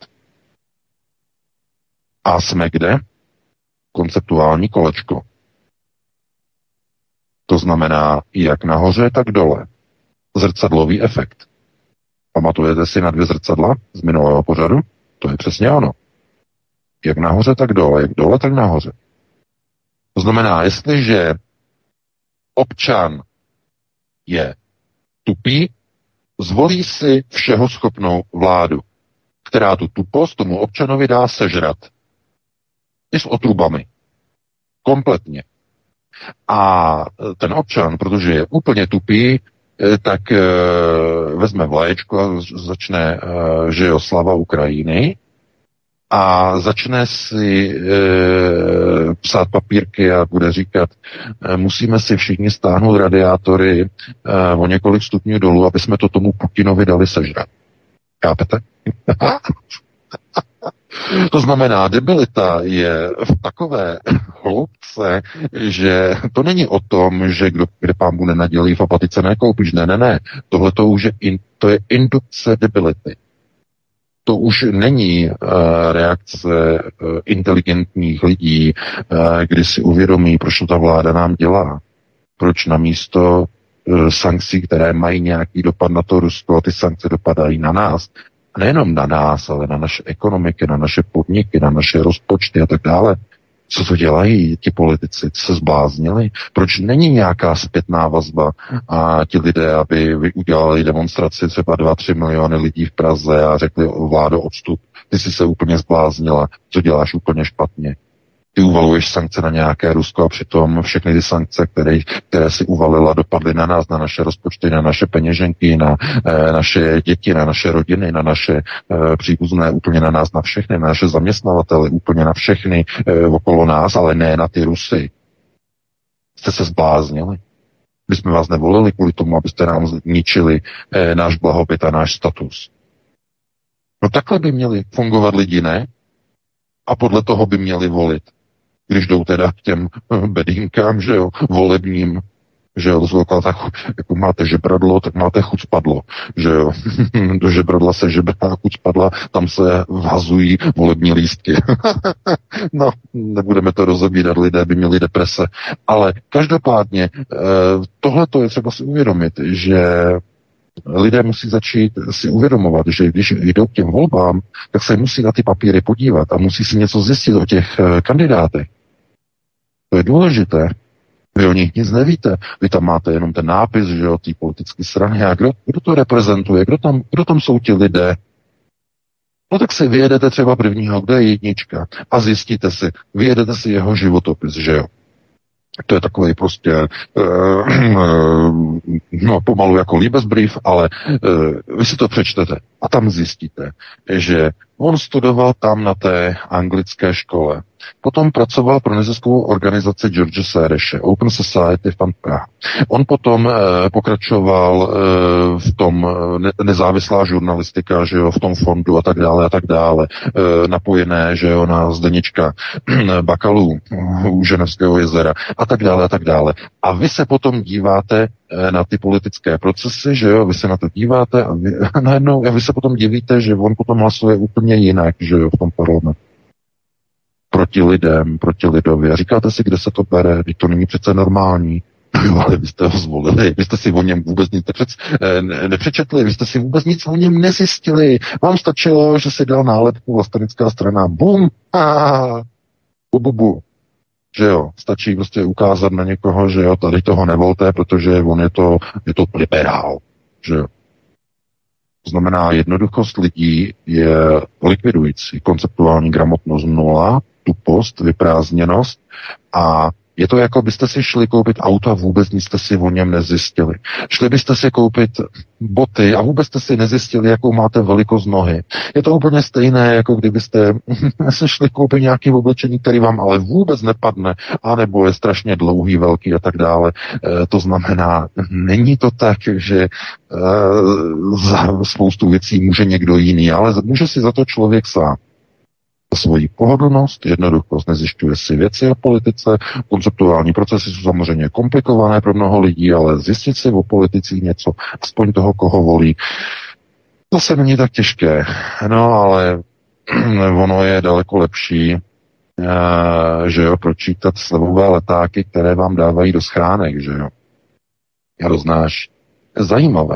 A jsme kde? Konceptuální kolečko. To znamená, jak nahoře, tak dole. Zrcadlový efekt. Pamatujete si na dvě zrcadla z minulého pořadu? To je přesně ono. Jak nahoře, tak dole. Jak dole, tak nahoře. To znamená, jestliže občan je tupý, zvolí si všeho schopnou vládu, která tu tupost tomu občanovi dá sežrat. I s otrubami. Kompletně. A ten občan, protože je úplně tupý, tak e, vezme vlaječku a začne, e, že jo, slava Ukrajiny, a začne si e, psát papírky a bude říkat, e, musíme si všichni stáhnout radiátory e, o několik stupňů dolů, aby jsme to tomu Putinovi dali sežrat. Chápete? To znamená, debilita je v takové hloubce, že to není o tom, že kdo, kde pán bude nadělí v apatice nekoupíš. Ne, ne, ne. Tohle to už je, in, to je indukce debility. To už není uh, reakce uh, inteligentních lidí, uh, kdy si uvědomí, proč to ta vláda nám dělá. Proč namísto uh, sankcí, které mají nějaký dopad na to Rusko, ty sankce dopadají na nás. A nejenom na nás, ale na naše ekonomiky, na naše podniky, na naše rozpočty a tak dále. Co to dělají ti politici? Se zbláznili? Proč není nějaká zpětná vazba a ti lidé, aby udělali demonstraci třeba dva, tři miliony lidí v Praze a řekli, vládo, odstup, ty jsi se úplně zbláznila, co děláš úplně špatně. Ty uvaluješ sankce na nějaké Rusko a přitom všechny ty sankce, které, které si uvalila, dopadly na nás, na naše rozpočty, na naše peněženky, na e, naše děti, na naše rodiny, na naše e, příbuzné, úplně na nás, na všechny, na naše zaměstnavatele, úplně na všechny e, okolo nás, ale ne na ty Rusy. Jste se zbláznili. My jsme vás nevolili kvůli tomu, abyste nám ničili e, náš blahobyt a náš status. No takhle by měli fungovat lidi, ne? A podle toho by měli volit. Když jdou teda k těm bedínkám, že jo, volebním, že jo, to tak, jako máte žebradlo, tak máte chuť spadlo, že jo. Do žebradla se žebrá, chuť spadla, tam se vhazují volební lístky. No, nebudeme to rozebírat, lidé by měli deprese. Ale každopádně, tohle to je třeba si uvědomit, že lidé musí začít si uvědomovat, že když jdou k těm volbám, tak se musí na ty papíry podívat a musí si něco zjistit o těch kandidátech. To je důležité. Vy o nich nic nevíte. Vy tam máte jenom ten nápis, že jo, té politické strany. A kdo, kdo to reprezentuje? Kdo tam, kdo tam jsou ti lidé? No tak si vyjedete třeba prvního, kdo je jednička a zjistíte si, vyjedete si jeho životopis, že jo. To je takový prostě, uh, no pomalu jako Liebesbrief, ale uh, vy si to přečtete a tam zjistíte, že on studoval tam na té anglické škole Potom pracoval pro neziskovou organizaci George Soreše, Open Society Fund Praha. On potom eh, pokračoval eh, v tom ne- nezávislá žurnalistika, že jo, v tom fondu a tak dále a tak dále. Eh, napojené, že jo, na Zdeněčka Bakalu u Ženevského jezera a tak dále a tak dále. A vy se potom díváte eh, na ty politické procesy, že jo, vy se na to díváte a vy, najednou, a vy se potom divíte, že on potom hlasuje úplně jinak, že jo, v tom parlamentu. Proti lidem, proti lidově. A říkáte si, kde se to bere, když to není přece normální. Ale vy jste ho zvolili, vy jste si o něm vůbec nic nepřed, ne, nepřečetli, vy jste si vůbec nic o něm nezjistili. Vám stačilo, že si dal nálepku vlastenecká strana. Bum! Ah, bu, bu, bu. Že jo, stačí prostě ukázat na někoho, že jo, tady toho nevolte, protože on je to, je to liberál. Že jo. To znamená, jednoduchost lidí je likvidující. Konceptuální gramotnost nula, tupost, vyprázdněnost a je to jako byste si šli koupit auto a vůbec nic jste si o něm nezjistili. Šli byste si koupit boty a vůbec jste si nezjistili, jakou máte velikost nohy. Je to úplně stejné, jako kdybyste se šli koupit nějaký oblečení, který vám ale vůbec nepadne, anebo je strašně dlouhý, velký a tak dále. E, to znamená, není to tak, že e, za spoustu věcí může někdo jiný, ale může si za to člověk sám. Svoji pohodlnost, jednoduchost, nezjišťuje si věci o politice, konceptuální procesy jsou samozřejmě komplikované pro mnoho lidí, ale zjistit si o politicích něco, aspoň toho, koho volí, to se není tak těžké. No, ale ono je daleko lepší, že jo, pročítat slevové letáky, které vám dávají do schránek, že jo. Já to znáš. Zajímavé.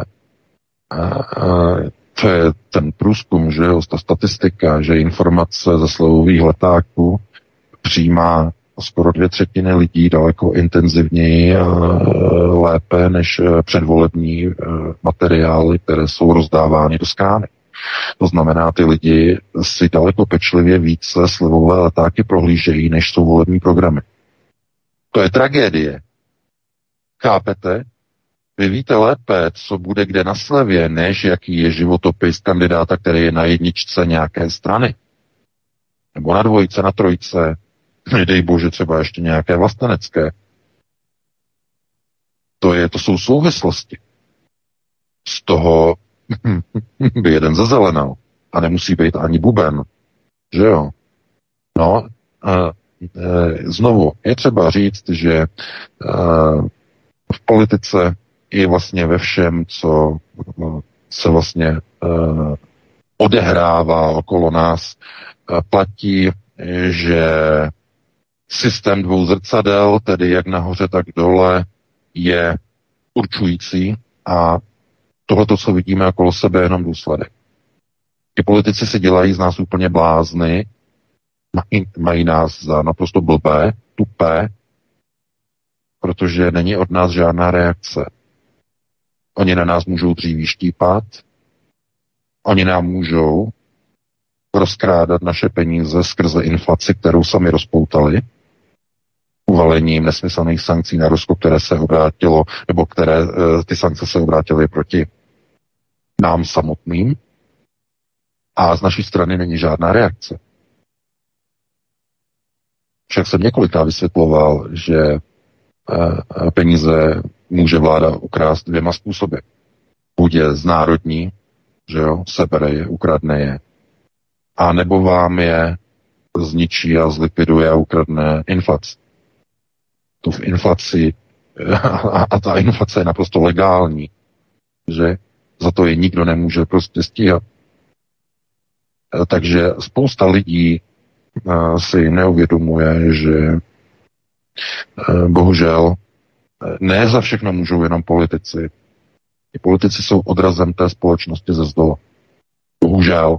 To je ten průzkum, že jo, ta statistika, že informace ze slevových letáků přijímá skoro dvě třetiny lidí daleko intenzivněji a lépe než předvolební materiály, které jsou rozdávány do schránek. To znamená, ty lidi si daleko pečlivě více slevové letáky prohlížejí, než jsou volební programy. To je tragédie. Chápete? Vy víte lépe, co bude kde na slevě, než jaký je životopis kandidáta, který je na jedničce nějaké strany. Nebo na dvojce, na trojce. Nedej bože, třeba ještě nějaké vlastenecké. To, je, to jsou souvislosti. Z toho by jeden zezelenal. A nemusí být ani buben. Že jo? No, a, e, znovu, je třeba říct, že e, v politice i vlastně ve všem, co se vlastně e, odehrává okolo nás, e, platí, že systém dvou zrcadel, tedy jak nahoře, tak dole, je určující a tohleto, co vidíme okolo sebe, je jenom důsledek. Ti politici si dělají z nás úplně blázny, mají, mají nás za naprosto blbé, tupé, protože není od nás žádná reakce. Oni na nás můžou dříví štípat, oni nám můžou rozkrádat naše peníze skrze inflaci, kterou sami rozpoutali, uvalením nesmyslných sankcí na Rusko, které se obrátilo, nebo které ty sankce se obrátily proti nám samotným. A z naší strany není žádná reakce. Však jsem několikrát vysvětloval, že peníze může vláda ukrást dvěma způsoby. Buď je znárodní, že jo, sebere je, ukradne je, a nebo vám je zničí a zlikviduje a ukradne inflaci. Tu v inflaci, a, a ta inflace je naprosto legální, že za to je nikdo nemůže prostě stíhat. Takže spousta lidí si neuvědomuje, že bohužel ne za všechno můžou jenom politici. I politici jsou odrazem té společnosti ze zdola. Bohužel.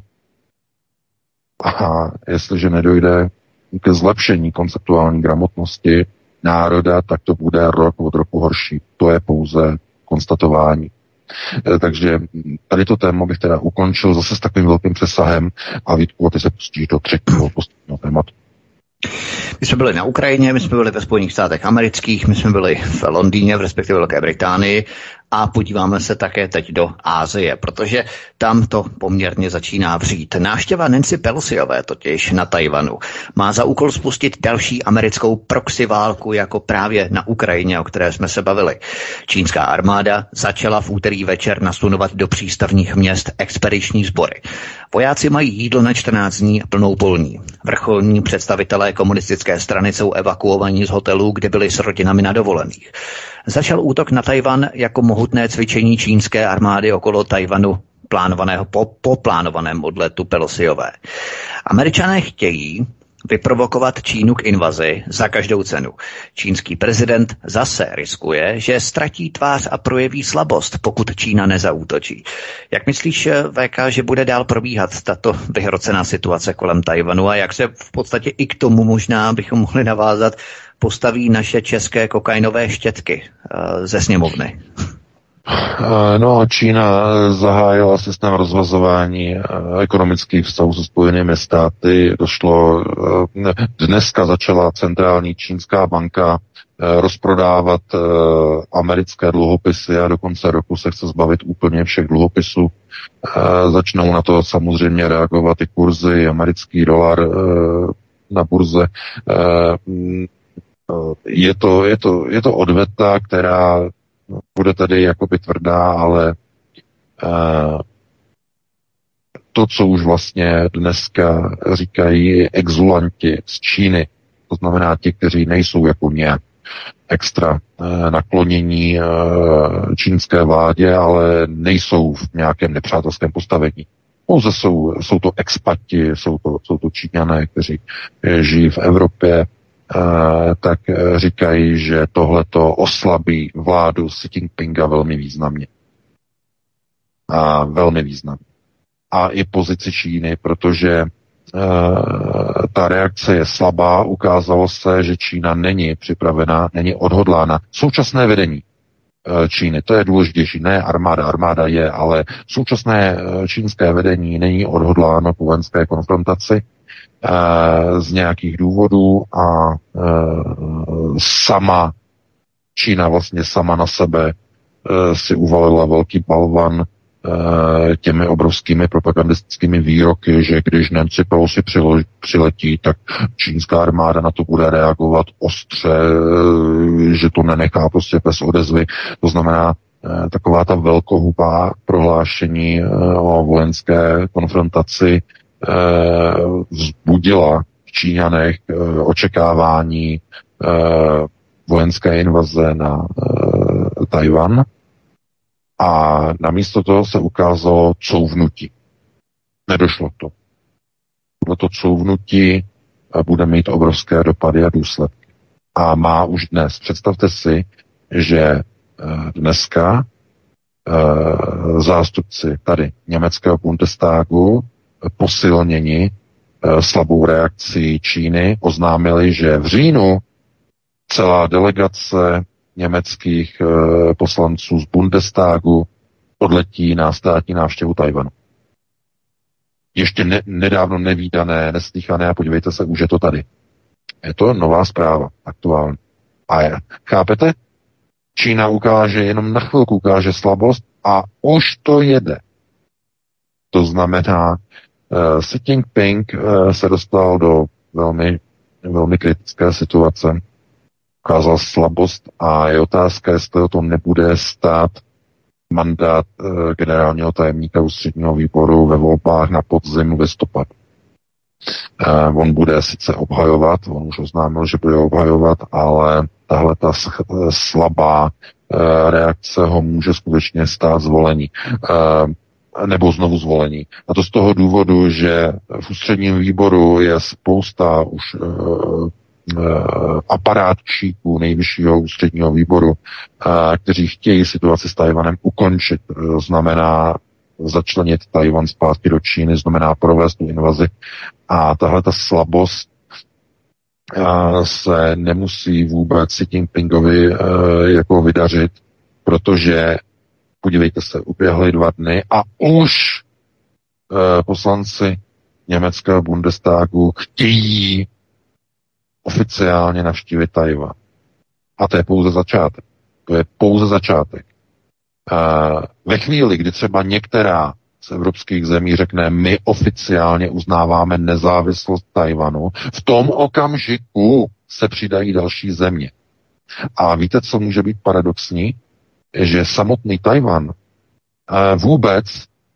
A jestliže nedojde ke zlepšení konceptuální gramotnosti národa, tak to bude rok od roku horší. To je pouze konstatování. Takže tady to téma bych teda ukončil zase s takovým velkým přesahem a Vítku, a ty se pustíš do třetího postupného tématu. My jsme byli na Ukrajině, my jsme byli ve Spojených státech amerických, my jsme byli v Londýně, v respektive Velké Británii A podíváme se také teď do Asie, protože tam to poměrně začíná vřít. Návštěva Nancy Pelosiové totiž na Tajvanu má za úkol spustit další americkou proxy válku jako právě na Ukrajině, o které jsme se bavili. Čínská armáda začala v úterý večer nasunovat do přístavních měst expediční sbory. Vojáci mají jídlo na čtrnáct dní a plnou polní. Vrcholní představitelé komunistické strany jsou evakuovaní z hotelů, kde byli s rodinami na dovolených. Začal útok na Tajvan jako mohutné cvičení čínské armády okolo Tajvanu, plánovaného po, po plánovaném odletu Pelosiové. Američané chtějí vyprovokovat Čínu k invazi za každou cenu. Čínský prezident zase riskuje, že ztratí tvář a projeví slabost, pokud Čína nezaútočí. Jak myslíš, V K, že bude dál probíhat tato vyhrocená situace kolem Tajvanu a jak se v podstatě i k tomu možná bychom mohli navázat, postaví naše české kokainové štětky ze sněmovny? No, Čína zahájila systém rozvazování ekonomických vztahů se Spojenými státy. Došlo, dneska začala centrální čínská banka rozprodávat americké dluhopisy a do konce roku se chce zbavit úplně všech dluhopisů. Začnou na to samozřejmě reagovat i kurzy, americký dolar na burze. Je to, je to, je to odveta, která bude tedy jakoby tvrdá, ale uh, to, co už vlastně dneska říkají exulanti z Číny, to znamená ti, kteří nejsou jako nějak extra uh, naklonění uh, čínské vládě, ale nejsou v nějakém nepřátelském postavení. Pouze jsou, jsou to expati, jsou to, jsou to Číňané, kteří žijí v Evropě, Uh, tak uh, říkají, že tohleto oslabí vládu Xi Jinpinga velmi významně. A velmi významně. A i pozici Číny, protože uh, ta reakce je slabá. Ukázalo se, že Čína není připravená, není odhodlána. Současné vedení uh, Číny, to je důležitější, ne armáda, armáda je, ale současné uh, čínské vedení není odhodláno k vojenské konfrontaci z nějakých důvodů a e, sama Čína vlastně sama na sebe e, si uvalila velký balvan e, těmi obrovskými propagandistickými výroky, že když Nancy Pelosi přilo, přiletí, tak čínská armáda na to bude reagovat ostře, e, že to nenechá prostě bez odezvy. To znamená e, taková ta velkohubá prohlášení e, o vojenské konfrontaci vzbudila v Číňanech očekávání vojenské invaze na Tajvan a namísto toho se ukázalo couvnutí. Nedošlo to. Toto couvnutí bude mít obrovské dopady a důsledky. A má už dnes. Představte si, že dneska zástupci tady německého Bundestagu posilněni e, slabou reakcí Číny oznámili, že v říjnu celá delegace německých e, poslanců z Bundestagu odletí na státní návštěvu Tajvanu. Ještě ne, nedávno nevídané, neslýchané a podívejte se, už je to tady. Je to nová zpráva, aktuální. A je, chápete? Čína ukáže, jenom na chvilku ukáže slabost a už to jede. To znamená, Uh, Xi Jinping uh, se dostal do velmi, velmi kritické situace, ukázal slabost a je otázka, jestli o tom nebude stát mandát uh, generálního tajemníka ústředního výboru ve volbách na podzim v listopadu. Uh, on bude sice obhajovat, on už oznámil, že bude obhajovat, ale tahle ta slabá uh, reakce ho může skutečně stát zvolení. Uh, nebo znovu zvolení. A to z toho důvodu, že v ústředním výboru je spousta už uh, uh, aparátčíků nejvyššího ústředního výboru, uh, kteří chtějí situaci s Tajvanem ukončit. To znamená začlenit Tajvan zpátky do Číny, znamená provést tu invazi. A tahle ta slabost uh, se nemusí vůbec Xi Jinpingovi uh, jako vydařit, protože podívejte se, uběhly dva dny a už e, poslanci německého Bundestagu chtějí oficiálně navštívit Tajvan. A to je pouze začátek. To je pouze začátek. ve chvíli, kdy třeba některá z evropských zemí řekne, my oficiálně uznáváme nezávislost Tajvanu, v tom okamžiku se přidají další země. A víte, co může být paradoxní? Že samotný Tajvan vůbec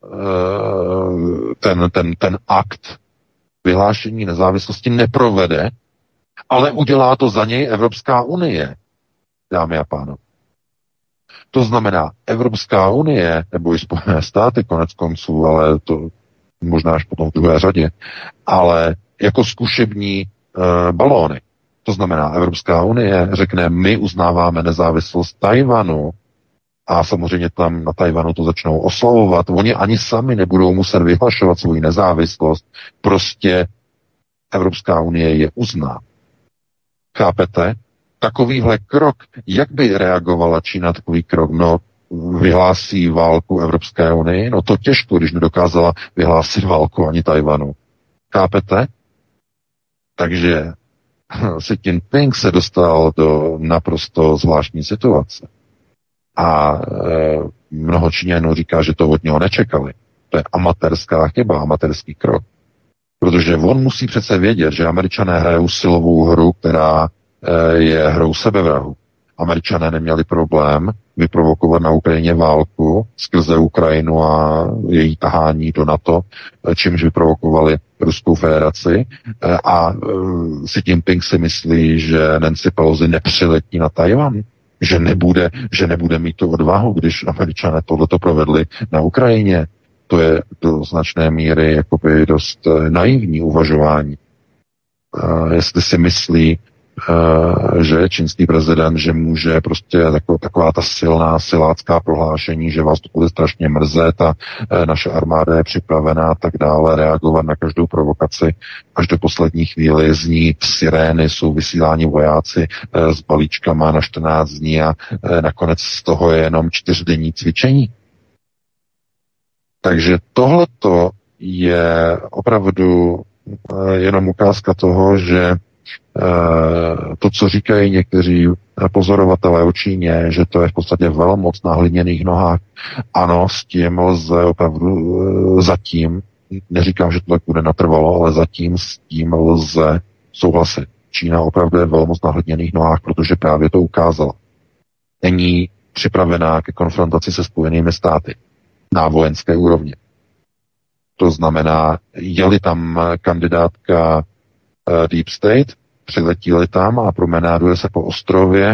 ten, ten, ten akt vyhlášení nezávislosti neprovede, ale udělá to za něj Evropská unie, dámy a pánové. To znamená, Evropská unie, nebo i Spojené státy konec konců, ale to možná až potom v druhé řadě, ale jako zkušební e, balóny. To znamená, Evropská unie řekne, my uznáváme nezávislost Tajvanu a samozřejmě tam na Tajvanu to začnou oslavovat. Oni ani sami nebudou muset vyhlašovat svou nezávislost. Prostě Evropská unie je uzná. Chápete? Takovýhle krok, jak by reagovala Čína takový krok? No, vyhlásí válku Evropské unii? No to těžko, když nedokázala vyhlásit válku ani Tajvanu. Chápete? Takže Xi Jinping se dostal do naprosto zvláštní situace. A e, mnoho Číňanů říká, že to od něho nečekali. To je amatérská chyba, amatérský krok. Protože on musí přece vědět, že Američané hrajou silovou hru, která je hrou sebevrahu. Američané neměli problém vyprovokovat na Ukrajině válku skrze Ukrajinu a její tahání do NATO, čímž vyprovokovali Ruskou federaci. A Xi Jinping si myslí, že Nancy Pelosi nepřiletí na Tajvan, že nebude, že nebude mít tu odvahu, když Američané tohleto provedli na Ukrajině. To je do značné míry jakoby dost naivní uvažování. Jestli si myslí, že čínský prezident, že může prostě taková, taková ta silná silácká prohlášení, že vás to bude strašně mrzet a naše armáda je připravená a tak dále reagovat na každou provokaci. Až do poslední chvíli zní sirény, jsou vysíláni vojáci s balíčkama na čtrnáct dní a nakonec z toho je jenom čtyřdenní cvičení. Takže tohleto je opravdu jenom ukázka toho, že to, co říkají někteří pozorovatelé o Číně, že to je v podstatě velmoc na hliněných nohách. Ano, s tím lze opravdu zatím, neříkám, že to tak bude natrvalo, ale zatím s tím lze souhlasit. Čína opravdu je velmoc na hliněných nohách, protože právě to ukázala. Není připravená ke konfrontaci se Spojenými státy na vojenské úrovni. To znamená, je-li tam kandidátka Deep State, přiletíli tam a promenáduje se po ostrově.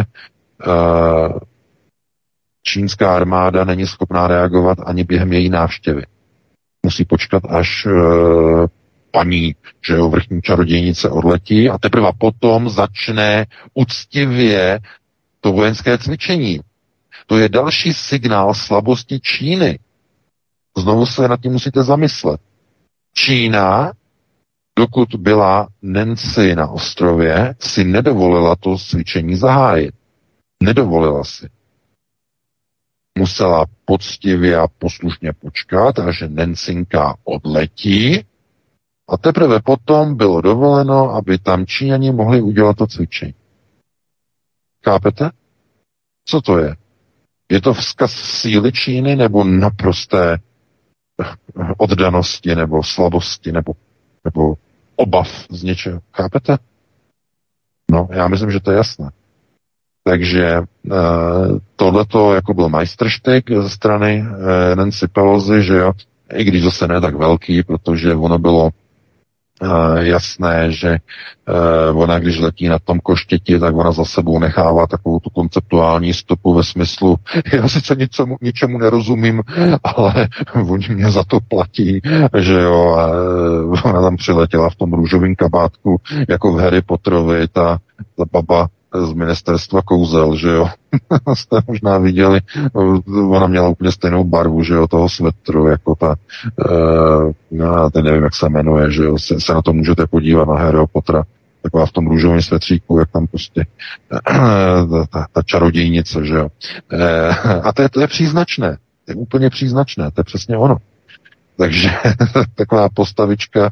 Čínská armáda není schopná reagovat ani během její návštěvy. Musí počkat, až paní, že jo, vrchní čarodějnice odletí a teprve potom začne uctivě to vojenské cvičení. To je další signál slabosti Číny. Znovu se nad tím musíte zamyslet. Čína, dokud byla Nancy na ostrově, si nedovolila to cvičení zahájit. Nedovolila si. Musela poctivě a poslušně počkat, až Nancinka odletí a teprve potom bylo dovoleno, aby tam Číňani mohli udělat to cvičení. Chápete? Co to je? Je to vzkaz síly Číny nebo naprosté oddanosti nebo slabosti nebo, nebo obav z něčeho? Chápete? No, já myslím, že to je jasné. Takže uh, tohleto jako byl majstrštyk ze strany uh, Nancy Pelosi, že jo, i když zase ne tak velký, protože ono bylo Uh, jasné, že uh, ona, když letí na tom koštěti, tak ona za sebou nechává takovou tu konceptuální stopu ve smyslu, já sice ničemu, ničemu nerozumím, ale oni mě za to platí, že jo, a uh, ona tam přiletěla v tom růžovém kabátku, jako v Harry Potterovi, ta, ta baba z ministerstva kouzel, že jo. Jste možná viděli, ona měla úplně stejnou barvu, že jo, toho svetru, jako ta, uh, no, teď nevím, jak se jmenuje, že jo, se, se na to můžete podívat na Harryho Pottera, taková v tom růžovém svetříku, jak tam prostě ta, ta, ta čarodějnice, že jo. Uh, a to je, to je příznačné, to je úplně příznačné, to je přesně ono. Takže taková postavička,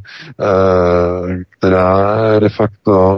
která de facto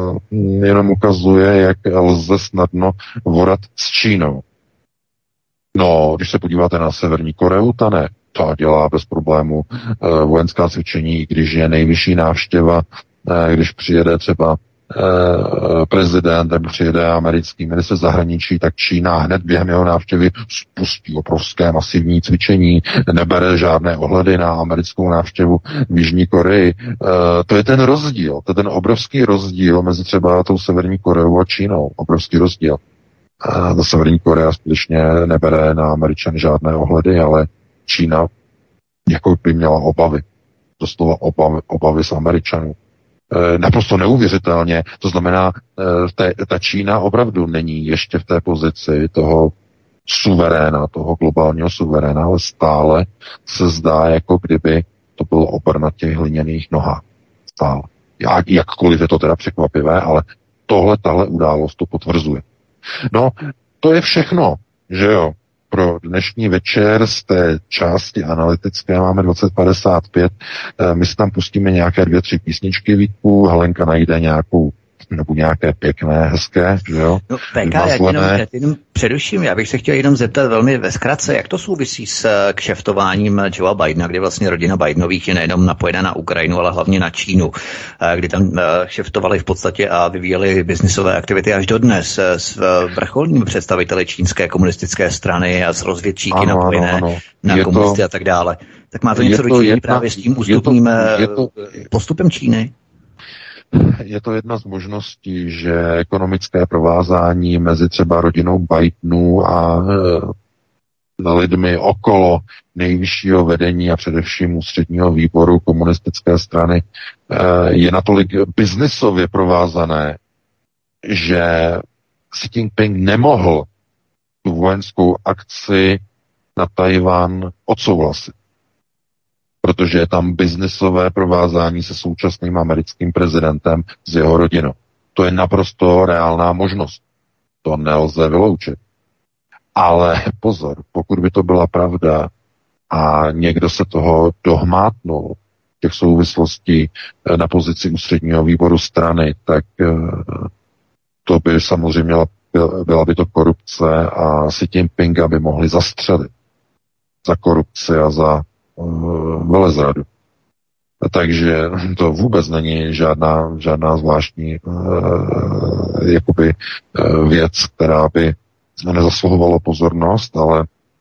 jenom ukazuje, jak lze snadno vorat s Čínou. No, když se podíváte na Severní Koreu, ta ne. Ta dělá bez problému e, vojenská cvičení, když je nejvyšší návštěva, e, když přijede třeba e, prezident nebo přijede americký ministr zahraničí, tak Čína hned během jeho návštěvy spustí obrovské masivní cvičení, nebere žádné ohledy na americkou návštěvu v Jižní Koreji. E, to je ten rozdíl, to je ten obrovský rozdíl mezi třeba tou Severní Koreou a Čínou. Obrovský rozdíl. A ta Severní Korea skutečně nebere na Američany žádné ohledy, ale Čína jako by měla obavy. Doslova obavy, obavy z Američanů. E, naprosto neuvěřitelně. To znamená, e, te, ta Čína opravdu není ještě v té pozici toho suveréna, toho globálního suveréna, ale stále se zdá, jako kdyby to bylo obr na těch hliněných nohách. Stále. Jak, jakkoliv je to teda překvapivé, ale tohle, tahle událost to potvrzuje. No, to je všechno, že jo. Pro dnešní večer z té části analytické máme dvacet padesát pět. My si tam pustíme nějaké dvě, tři písničky, Vítku. Helenka najde nějakou, nebo nějaké pěkné, hezké, že jo. No, P K, já jenom, jenom předuším, já bych se chtěl jenom zeptat velmi ve zkratce, jak to souvisí s kšeftováním Joea Bidena, kdy vlastně rodina Bidenových je nejenom napojená na Ukrajinu, ale hlavně na Čínu, kdy tam kšeftovali v podstatě a vyvíjeli biznisové aktivity až dodnes s vrcholními představiteli čínské komunistické strany a s rozvědčíky ano, napojené ano, ano. na je komunisty to, a tak dále. Tak má to něco dočinění právě s tím ústupným je to, je to, postupem Číny? Je to jedna z možností, že ekonomické provázání mezi třeba rodinou Bidenů a e, lidmi okolo nejvyššího vedení a především ústředního výboru komunistické strany e, je natolik biznisově provázané, že Xi Jinping nemohl tu vojenskou akci na Tajvan odsouhlasit, protože je tam biznisové provázání se současným americkým prezidentem s jeho rodinou. To je naprosto reálná možnost. To nelze vyloučit. Ale pozor, pokud by to byla pravda a někdo se toho dohmátnul, těch souvislostí na pozici ústředního výboru strany, tak to by samozřejmě byla by to korupce a Xi Jinpinga by mohli zastřelit za korupci a za velezradu. Takže to vůbec není žádná, žádná zvláštní uh, jakoby uh, věc, která by nezasluhovala pozornost, ale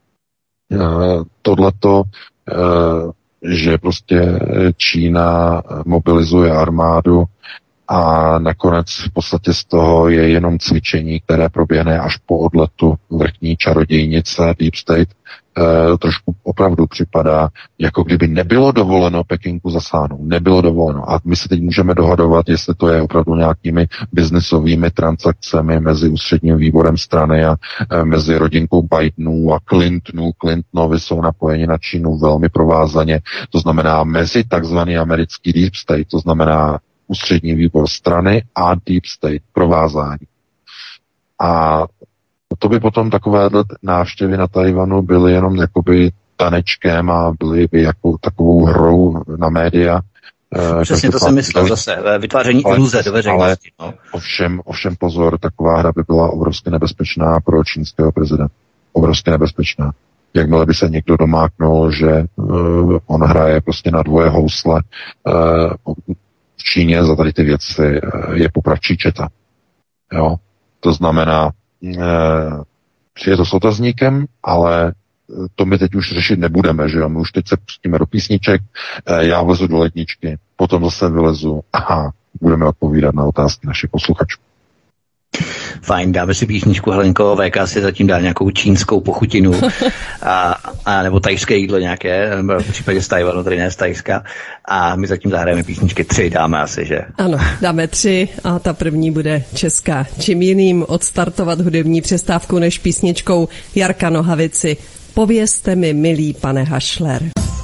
uh, tohleto, uh, že prostě Čína mobilizuje armádu a nakonec v podstatě z toho je jenom cvičení, které proběhne až po odletu vrchní čarodějnice Deep State, e, trošku opravdu připadá, jako kdyby nebylo dovoleno Pekinku zasáhnout. Nebylo dovoleno. A my se teď můžeme dohadovat, jestli to je opravdu nějakými biznisovými transakcemi mezi ústředním výborem strany a e, mezi rodinkou Bidenů a Clintonů. Clintonovi jsou napojeni na Čínu velmi provázaně. To znamená mezi takzvaný americký Deep State, to znamená ústřední výbor strany a Deep State, provázání. A to by potom takovéhle návštěvy na Tajvanu byly jenom jakoby tanečkem a byly by jako takovou hrou na média. Přesně to jsem myslel zase, vytváření iluze do veřejnosti. No. Ovšem, ovšem pozor, taková hra by byla obrovsky nebezpečná pro čínského prezidenta. Obrovsky nebezpečná. Jakmile by se někdo domáknul, že uh, on hraje prostě na dvoje housle, uh, v Číně za tady ty věci je popravčí četa. Jo? To znamená, e, je to s otazníkem, ale to my teď už řešit nebudeme, že jo? My už teď se pustíme do písniček, e, já vlezu do ledničky, potom zase vylezu a budeme odpovídat na otázky našich posluchačů. Fajn, dáme si písničku, Helenko, V K si zatím dá nějakou čínskou pochutinu a, a nebo tajské jídlo nějaké, v případě z Tajvanu, tady ne z Tajska, a my zatím zahrajeme písničky tři, dáme asi, že? Ano, dáme tři a ta první bude česká. Čím jiným odstartovat hudební přestávku než písničkou Jarka Nohavici. Povězte mi, milý pane Hašler.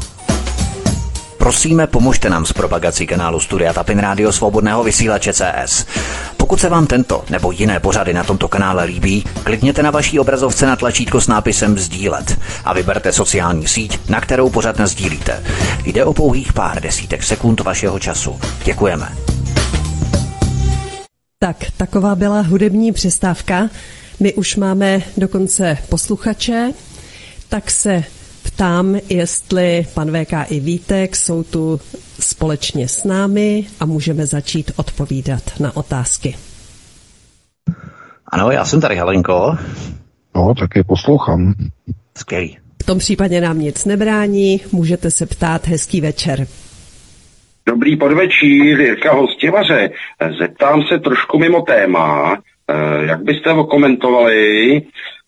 Prosíme, pomožte nám s propagací kanálu Studia Tapin Rádio Svobodného vysílače C S. Pokud se vám tento nebo jiné pořady na tomto kanále líbí, klikněte na vaší obrazovce na tlačítko s nápisem sdílet a vyberte sociální síť, na kterou pořad nasdílíte. Jde o pouhých pár desítek sekund vašeho času. Děkujeme. Tak, taková byla hudební přestávka. My už máme dokonce posluchače. Tak se ptám, jestli pan V K i Vítek jsou tu společně s námi a můžeme začít odpovídat na otázky. Ano, já jsem tady, Helenko. No, taky poslouchám. Skvělý. V tom případě nám nic nebrání, můžete se ptát. Hezký večer. Dobrý podvečír, Jirka Hostivaře. Zeptám se trošku mimo téma. Jak byste okomentovali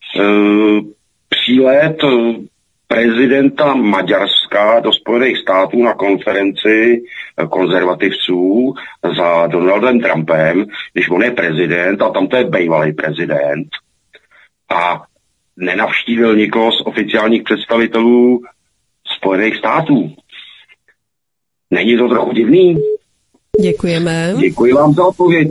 přílet prezidenta Maďarska do Spojených států na konferenci konzervativců za Donaldem Trumpem, když on je prezident a tam to je bývalý prezident a nenavštívil nikoho z oficiálních představitelů Spojených států. Není to trochu divný? Děkujeme. Děkuji vám za odpověď.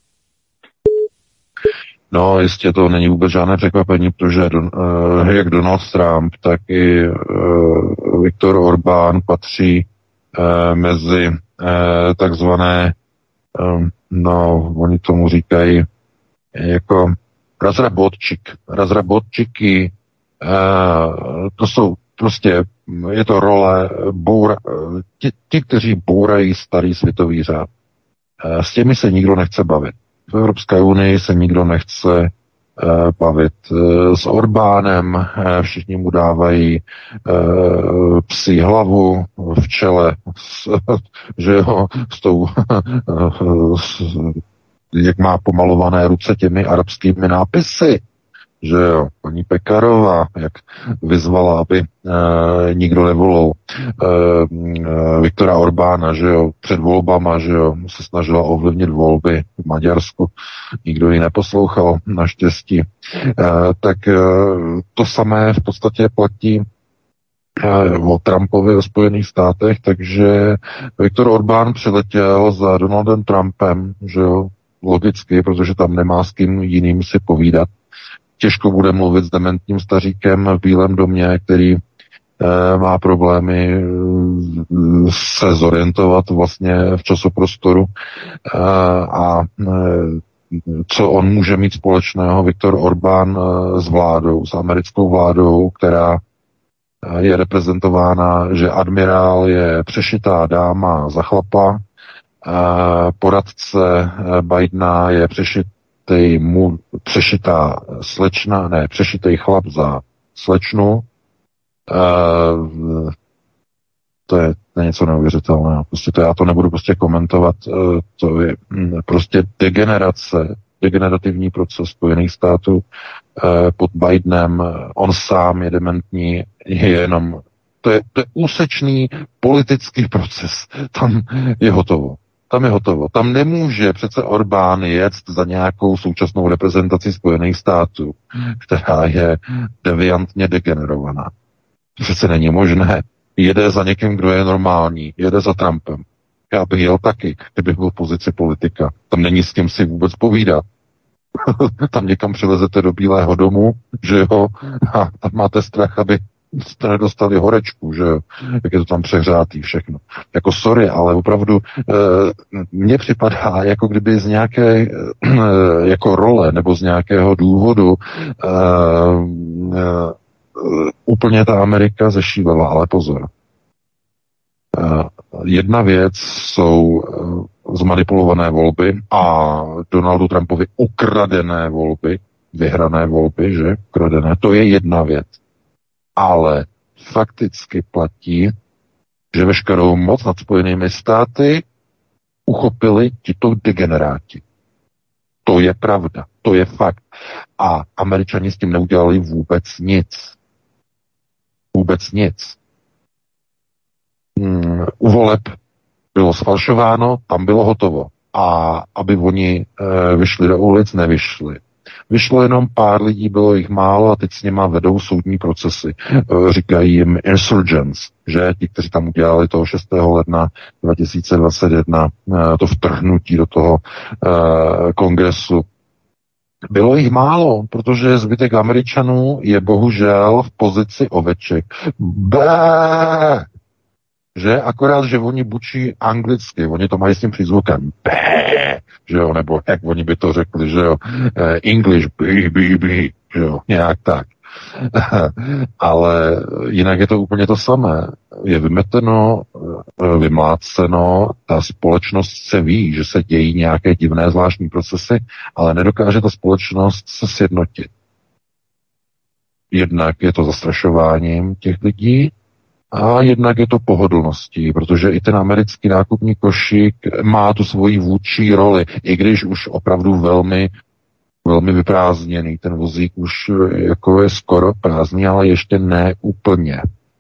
No, jistě to není vůbec žádné překvapení, protože don, uh, jak Donald Trump, tak i uh, Viktor Orbán patří uh, mezi uh, takzvané, um, no, oni tomu říkají jako razrabotčik. Razrabotčiky, uh, to jsou prostě, je to role boura, ti, ti, kteří bourají starý světový řád. Uh, s těmi se nikdo nechce bavit. V Evropské unii se nikdo nechce uh, bavit uh, s Orbánem, uh, všichni mu dávají uh, psí hlavu v čele, s, že jo, s tou, uh, s, jak má pomalované ruce těmi arabskými nápisy, že jo, paní Pekarová, jak vyzvala, aby e, nikdo nevolil e, Viktora Orbána, že jo, před volbama, že jo, se snažila ovlivnit volby v Maďarsku, nikdo ji neposlouchal, naštěstí. E, tak e, to samé v podstatě platí e, o Trumpovi ve Spojených státech, takže Viktor Orbán přiletěl za Donaldem Trumpem, že jo, logicky, protože tam nemá s kým jiným si povídat. Těžko bude mluvit s dementním staříkem v Bílém domě, který e, má problémy se zorientovat vlastně v časoprostoru e, a e, co on může mít společného Viktor Orbán e, s vládou, s americkou vládou, která je reprezentována, že admirál je přešitá dáma za chlapa, e, poradce Bidena je přešit tej mu přešitá slečna, ne, přešitej chlap za slečnu. E, to je něco neuvěřitelného. Prostě to já to nebudu prostě komentovat. E, to je m, prostě degenerace, degenerativní proces Spojených států e, pod Bidenem. On sám je dementní, je jenom, to je, to je úsečný politický proces. Tam je hotovo. Tam je hotovo. Tam nemůže přece Orbán jet za nějakou současnou reprezentaci Spojených států, která je deviantně degenerovaná. To přece není možné. Jede za někým, kdo je normální. Jede za Trumpem. Já bych jel taky, kdybych byl v pozici politika. Tam není s kým si vůbec povídat. Tam někam přilezete do Bílého domu, že jo, a tam máte strach, aby jste nedostali horečku, že jo, jak je to tam přehřátý všechno. Jako sorry, ale opravdu e, mně připadá, jako kdyby z nějaké e, jako role nebo z nějakého důvodu e, e, úplně ta Amerika zešílela, ale pozor. E, jedna věc jsou e, zmanipulované volby a Donaldu Trumpovi ukradené volby, vyhrané volby, že, ukradené, to je jedna věc. Ale fakticky platí, že veškerou moc nad Spojenými státy uchopili tito degeneráti. To je pravda, to je fakt. A Američani s tím neudělali vůbec nic. Vůbec nic. Hmm, u voleb bylo sfalšováno, tam bylo hotovo. A aby oni e, vyšli do ulic, nevyšli. Vyšlo jenom pár lidí, bylo jich málo a teď s něma vedou soudní procesy. Říkají jim insurgents, že ti, kteří tam udělali toho šestého ledna dva tisíce dvacet jedna to vtrhnutí do toho uh, kongresu. Bylo jich málo, protože zbytek Američanů je bohužel v pozici oveček. Bé! Že akorát, že oni bučí anglicky, oni to mají s tím přízvukem bé, že jo, nebo jak oni by to řekli, že jo, English, bí, bí, bí, že jo, nějak tak. Ale jinak je to úplně to samé. Je vymeteno, vymláceno, ta společnost se ví, že se dějí nějaké divné zvláštní procesy, ale nedokáže ta společnost se sjednotit. Jednak je to zastrašováním těch lidí a jednak je to pohodlností, protože i ten americký nákupní košík má tu svoji vůdčí roli, i když už opravdu velmi velmi vyprázdněný. Ten vozík už jako je skoro prázdný, ale ještě ne úplně.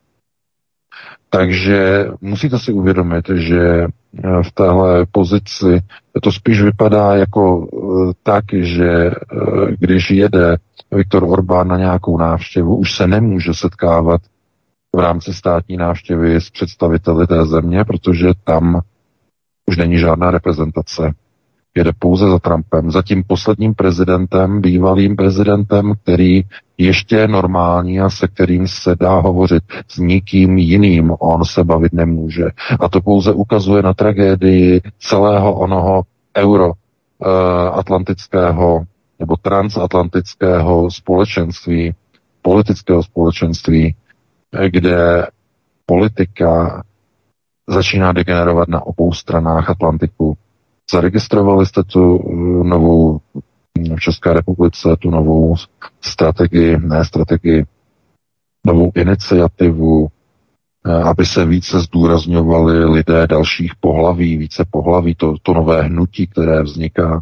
Takže musíte si uvědomit, že v téhle pozici to spíš vypadá jako tak, že když jede Viktor Orbán na nějakou návštěvu, už se nemůže setkávat v rámci státní návštěvy s představiteli té země, protože tam už není žádná reprezentace. Jede pouze za Trumpem, za tím posledním prezidentem, bývalým prezidentem, který ještě je normální a se kterým se dá hovořit. S nikým jiným on se bavit nemůže. A to pouze ukazuje na tragédii celého onoho euroatlantického nebo transatlantického společenství, politického společenství, kde politika začíná degenerovat na obou stranách Atlantiku. Zaregistrovali jste tu novou v České republice, tu novou strategii, ne strategii, novou iniciativu, aby se více zdůrazňovali lidé dalších pohlaví, více pohlaví, to, to nové hnutí, které vzniká,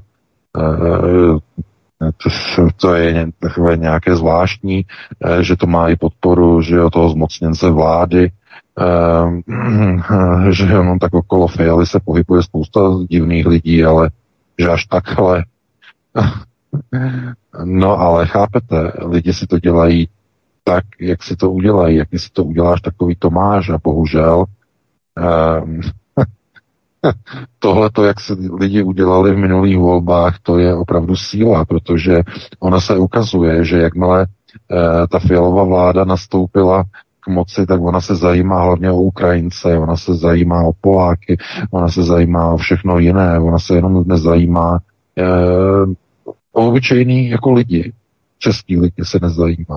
to, to je takové nějaké zvláštní, že to má i podporu, že o toho zmocněnce vlády, Uh, že on tak okolo Fialy se pohybuje spousta divných lidí, ale že až takhle. No ale chápete, lidi si to dělají tak, jak si to udělají. Jak si to uděláš, takový to máš a bohužel uh, tohleto, jak si lidi udělali v minulých volbách, to je opravdu síla, protože ona se ukazuje, že jakmile uh, ta Fialová vláda nastoupila k moci, tak ona se zajímá hlavně o Ukrajince, ona se zajímá o Poláky, ona se zajímá o všechno jiné, ona se jenom nezajímá e, o obyčejný jako lidi. Český lidi se nezajímá.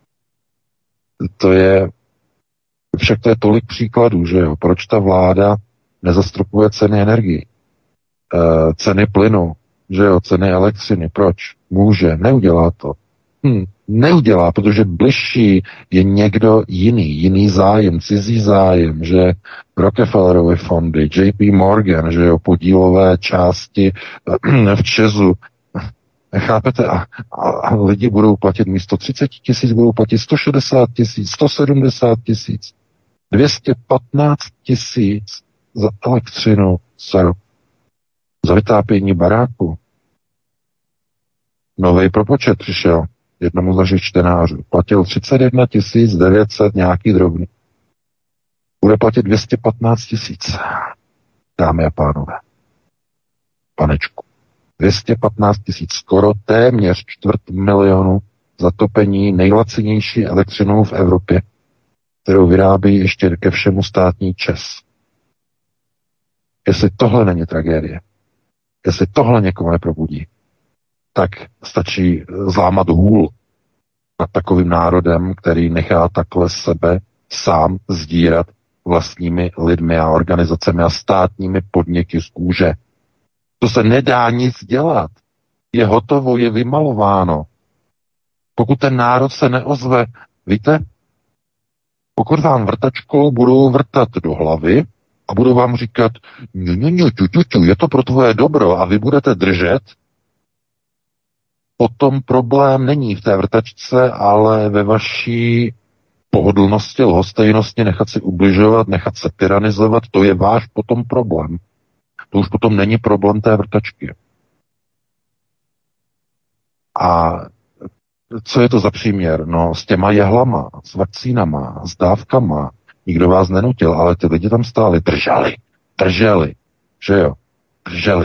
To je, však to je tolik příkladů, že jo, proč ta vláda nezastropuje ceny energii, e, ceny plynu, že jo, ceny elektřiny, proč? Může, neudělá to. Hm, neudělá, protože bližší je někdo jiný, jiný zájem, cizí zájem, že Rockefellerovy fondy, J P Morgan, že jo, podílové části v Česu. Chápete? A, a, a lidi budou platit místo třicet tisíc, budou platit sto šedesát tisíc, sto sedmdesát tisíc, dvě stě patnáct tisíc za elektřinu za rok. Za vytápění baráku. Nový propočet přišel jednomu z našich čtenářů. Platil třicet jedna tisíc devět set nějaký drobný. Bude platit dvě stě patnáct tisíc. Dámy a pánové. Panečku. dvě stě patnáct tisíc, skoro téměř čtvrt milionu za topení nejlacinější elektřinou v Evropě, kterou vyrábí ještě ke všemu státní ČEZ. Jestli tohle není tragédie, jestli tohle někoho neprobudí, tak stačí zlámat hůl nad takovým národem, který nechá takhle sebe sám sdírat vlastními lidmi a organizacemi a státními podniky z kůže. To se nedá nic dělat. Je hotovo, je vymalováno. Pokud ten národ se neozve, víte, pokud vám vrtačkou budou vrtat do hlavy a budou vám říkat, ňu, ňu, ňu, ťu, ťu, ťu, je to pro tvoje dobro a vy budete držet, potom problém není v té vrtačce, ale ve vaší pohodlnosti, lhostejnosti, nechat si ubližovat, nechat se tyranizovat, to je váš potom problém. To už potom není problém té vrtačky. A co je to za příměr? No s těma jehlama, s vakcínama, s dávkama. Nikdo vás nenutil, ale ty lidi tam stáli, drželi, drželi, že jo, drželi.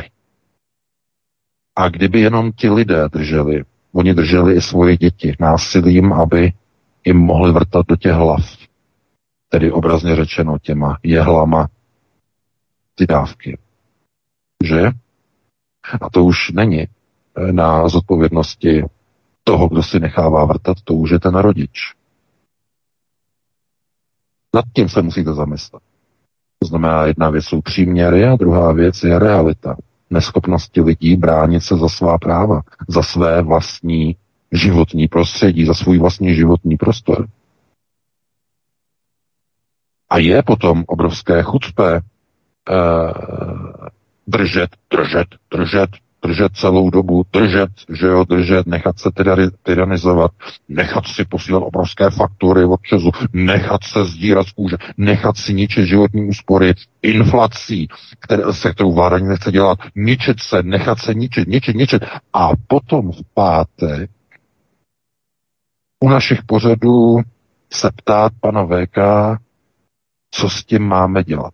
A kdyby jenom ti lidé drželi, oni drželi i svoje děti násilím, aby jim mohli vrtat do těch hlav. Tedy obrazně řečeno těma jehlama ty dávky. Že? A to už není na zodpovědnosti toho, kdo si nechává vrtat, to už je ten rodič. Nad tím se musíte zamyslet. To znamená, jedna věc jsou příměry a druhá věc je realita. Neschopnosti lidí bránit se za svá práva, za své vlastní životní prostředí, za svůj vlastní životní prostor. A je potom obrovské chucpe eh, držet, držet, držet, držet celou dobu, držet, že jo, držet, nechat se tyranizovat, nechat si posílat obrovské faktury od Česu, nechat se sdírat z kůže, nechat si ničit životní úspory, inflací, které, se kterou vláda nechce dělat, ničit se, nechat se ničit, ničit, ničit. A potom v pátek u našich pořadů se ptát pana V K, co s tím máme dělat.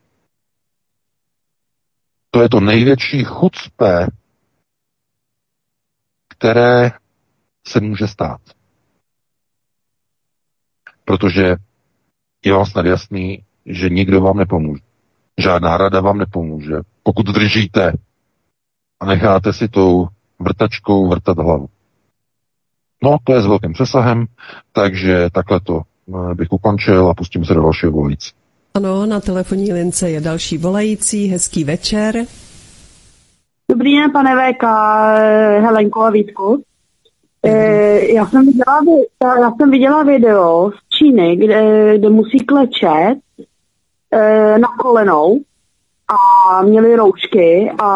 To je to největší chucpe, které se může stát. Protože je vám snad jasný, že nikdo vám nepomůže. Žádná rada vám nepomůže. Pokud držíte a necháte si tou vrtačkou vrtat hlavu. No, to je s velkým přesahem, takže takhle to bych ukončil a pustím se do dalšího volající. Ano, na telefonní lince je další volající. Hezký večer. Dobrý den, pane V K, Helenko a Vítku. E, já, jsem viděla, já jsem viděla video z Číny, kde, kde musí klečet e, na kolenou a měli roušky a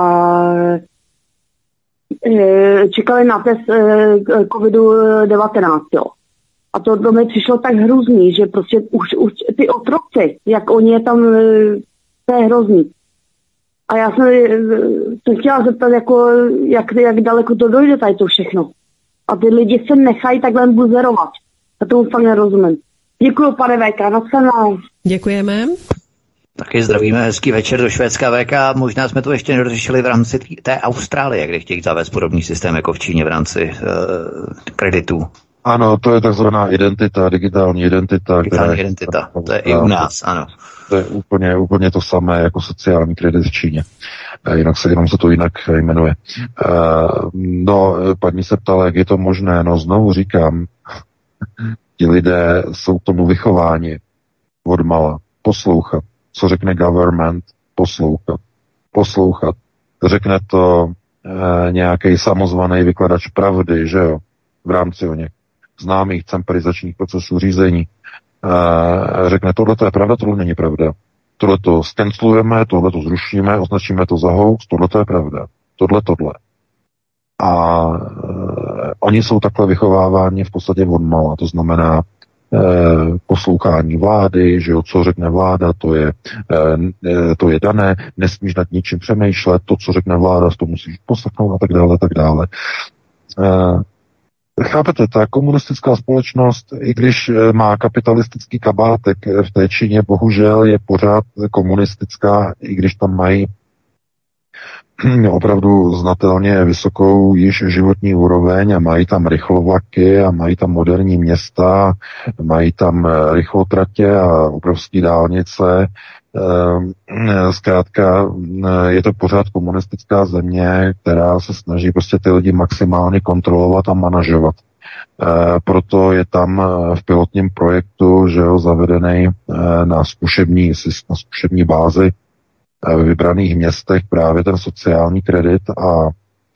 e, čekali na test e, kovid devatenáct. Jo. A to do mě přišlo tak hrozný, že prostě už, už ty otroci, jak oni je tam, to je hrozný. A já jsem se chtěla zeptat, jako, jak, jak daleko to dojde tady to všechno. A ty lidi se nechají takhle buzerovat. A tomu fakt nerozumím. Děkuju, pane V K, nasledanou. Děkujeme. Taky zdravíme, hezký večer do Švédska V K. Možná jsme to ještě nedořešili v rámci té Austrálie, kde chtějí zavést podobný systém jako v Číně v rámci uh, kreditů. Ano, to je takzvaná identita, digitální identita. Digitální která identita, je, to je i u nás, ano. To je úplně, úplně to samé jako sociální kredit v Číně. Jinak se, jenom se to jinak jmenuje. No, paní se ptala, jak je to možné. No, znovu říkám, ti lidé jsou k tomu vychováni odmala. Poslouchat, co řekne government, poslouchat. Poslouchat. Řekne to eh, nějaký samozvaný vykladač pravdy, že jo, v rámci o něch známých temporizačních procesů řízení. Uh, řekne, tohle to je pravda, tohle není pravda. Tohle to skencelujeme, tohle to zrušíme, označíme to za hoax, tohle to je pravda. Tohle, tohle. A uh, oni jsou takhle vychováváni v podstatě odmala. To znamená uh, poslouchání vlády, že jo, co řekne vláda, to je, uh, to je dané, nesmíš nad ničím přemýšlet, to, co řekne vláda, to musíš poslechnout a tak dále, tak dále. Uh, Chápete, ta komunistická společnost, i když má kapitalistický kabátek v té Číně, bohužel je pořád komunistická, i když tam mají opravdu znatelně vysokou již životní úroveň a mají tam rychlovlaky a mají tam moderní města, mají tam rychlotratě a obrovské dálnice. Zkrátka je to pořád komunistická země, která se snaží prostě ty lidi maximálně kontrolovat a manažovat. Proto je tam v pilotním projektu, že jo, zavedený na zkušební, na zkušební bázi v vybraných městech právě ten sociální kredit a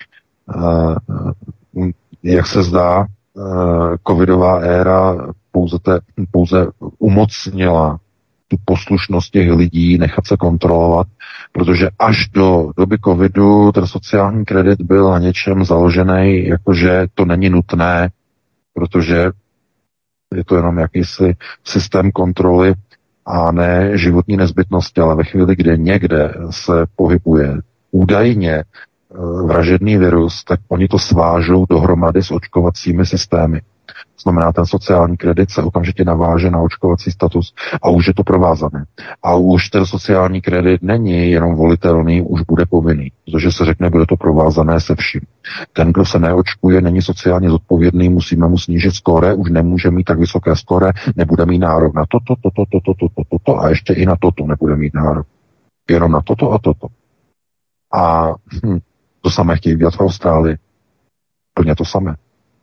jak se zdá, covidová éra pouze, te, pouze umocnila tu poslušnost těch lidí, nechat se kontrolovat, protože až do doby covidu ten sociální kredit byl na něčem založený, jakože to není nutné, protože je to jenom jakýsi systém kontroly a ne životní nezbytnosti, ale ve chvíli, kdy někde se pohybuje údajně vražedný virus, tak oni to svážou dohromady s očkovacími systémy. To znamená, ten sociální kredit se okamžitě naváže na očkovací status a už je to provázané. A už ten sociální kredit není jenom volitelný, už bude povinný, protože se řekne, bude to provázané se vším. Ten, kdo se neočkuje, není sociálně zodpovědný, musíme mu snížit skóre, už nemůže mít tak vysoké skóre, nebude mít nárok na toto, toto, toto, toto, toto a ještě i na toto nebude mít nárok. Jenom na toto a toto. A hm, to samé chtějí dělat v Austrálii. Plně to samé.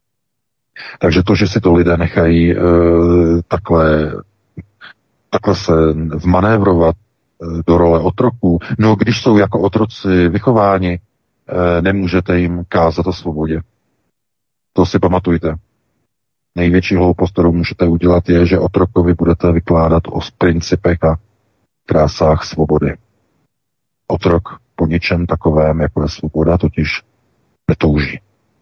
Takže to, že si to lidé nechají e, takhle, takhle se vmanévrovat e, do role otroků, no když jsou jako otroci vychováni, e, nemůžete jim kázat o svobodě. To si pamatujte. Největší hloupost, kterou můžete udělat, je, že otrokovi budete vykládat o principech a krásách svobody. Otrok po něčem takovém, jako je svoboda, totiž netouží.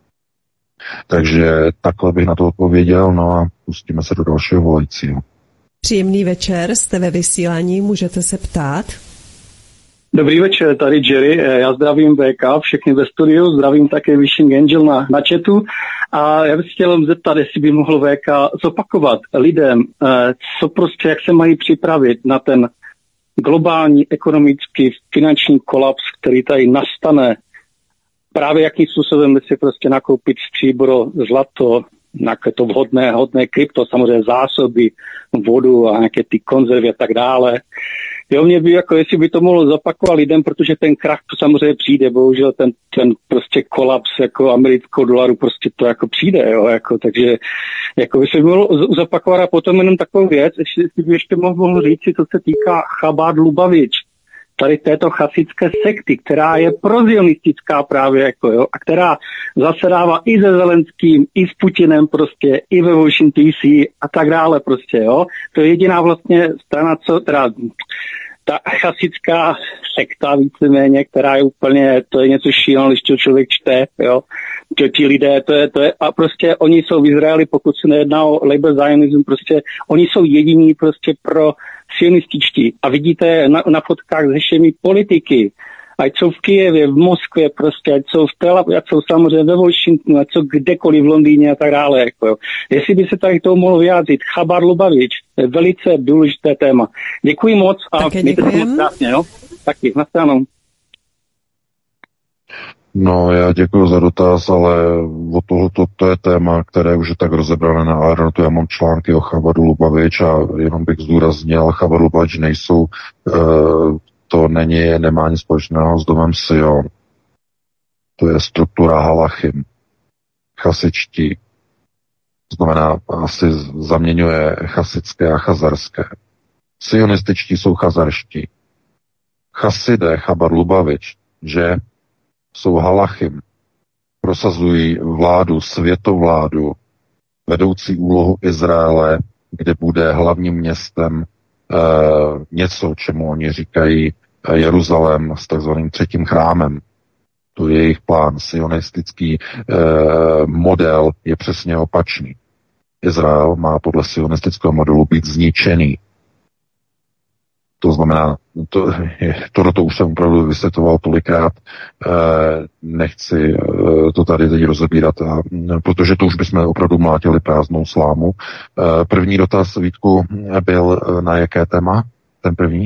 Takže takhle bych na to odpověděl, no a pustíme se do dalšího volajícího. Příjemný večer, jste ve vysílání, můžete se ptát. Dobrý večer, tady Jerry, já zdravím V K, všechny ve studiu, zdravím také Wishing Angel na, na chatu a já bych chtěl zeptat, jestli by mohl V K zopakovat lidem, co prostě, jak se mají připravit na ten globální ekonomický finanční kolaps, který tady nastane, právě jakým způsobem si prostě nakoupit stříbro, zlato, nějaké to vhodné, hodné krypto, samozřejmě zásoby, vodu a nějaké ty konzervy a tak dále. Jo, mě by jako, jestli by to mohlo zopakovat lidem, protože ten krach to samozřejmě přijde, bohužel ten, ten prostě kolaps jako amerického dolaru prostě to jako přijde, jo, jako, takže jako by se mohlo zopakovat a potom jenom takovou věc, jestli by ještě mohl říct, co se týká Chabad Lubavič, tady této chasické sekty, která je prozionistická právě, jako, jo, a která zasedává i se Zelenským, i s Putinem prostě, i ve Washington D C a tak dále prostě, jo. To je jediná vlastně strana, co, teda ta chasická sekta víceméně, která je úplně, to je něco šíleného, když to člověk čte, jo. To ti lidé, to je, to je, a prostě oni jsou v Izraeli, pokud se nejedná o labor zionism, prostě oni jsou jediní prostě pro sionističtí. A vidíte na, na fotkách se všemi politiky, ať jsou v Kyjevě, v Moskvě prostě, ať jsou v Tel Avivu, ať jsou samozřejmě ve Washingtonu, ať jsou kdekoliv v Londýně a tak dále. Jako, jo. Jestli by se tady toho mohlo vyjádřit, Chabad Lubavič, to je velice důležité téma. Děkuji moc a mějte se moc krásně, jo? Taky, na stranu. No, já děkuji za dotaz, ale o tohleto to je téma, které už je tak rozebrané na Aeronetu. Já mám články o Chabadu Lubavič a jenom bych zdůraznil, Chabad Lubavič nejsou, e, to není, nemá nic společného s domem Sion. To je struktura halachim, chasičtí. To znamená, asi zaměňuje chasické a chazarské. Sionističtí jsou chazarští. Chasidé Chabad Lubavič, že jsou halachim, prosazují vládu, světovládu, vedoucí úlohu Izraele, kde bude hlavním městem e, něco, čemu oni říkají e, Jeruzalém s takzvaným třetím chrámem. To je jejich plán. Sionistický e, model je přesně opačný. Izrael má podle sionistického modelu být zničený. To znamená, to, to, to už jsem opravdu vysvětloval tolikrát, eh, nechci eh, to tady teď rozebírat, a, protože to už bychom opravdu mlátili prázdnou slámu. Eh, první dotaz, Vítku, byl na jaké téma? Ten první?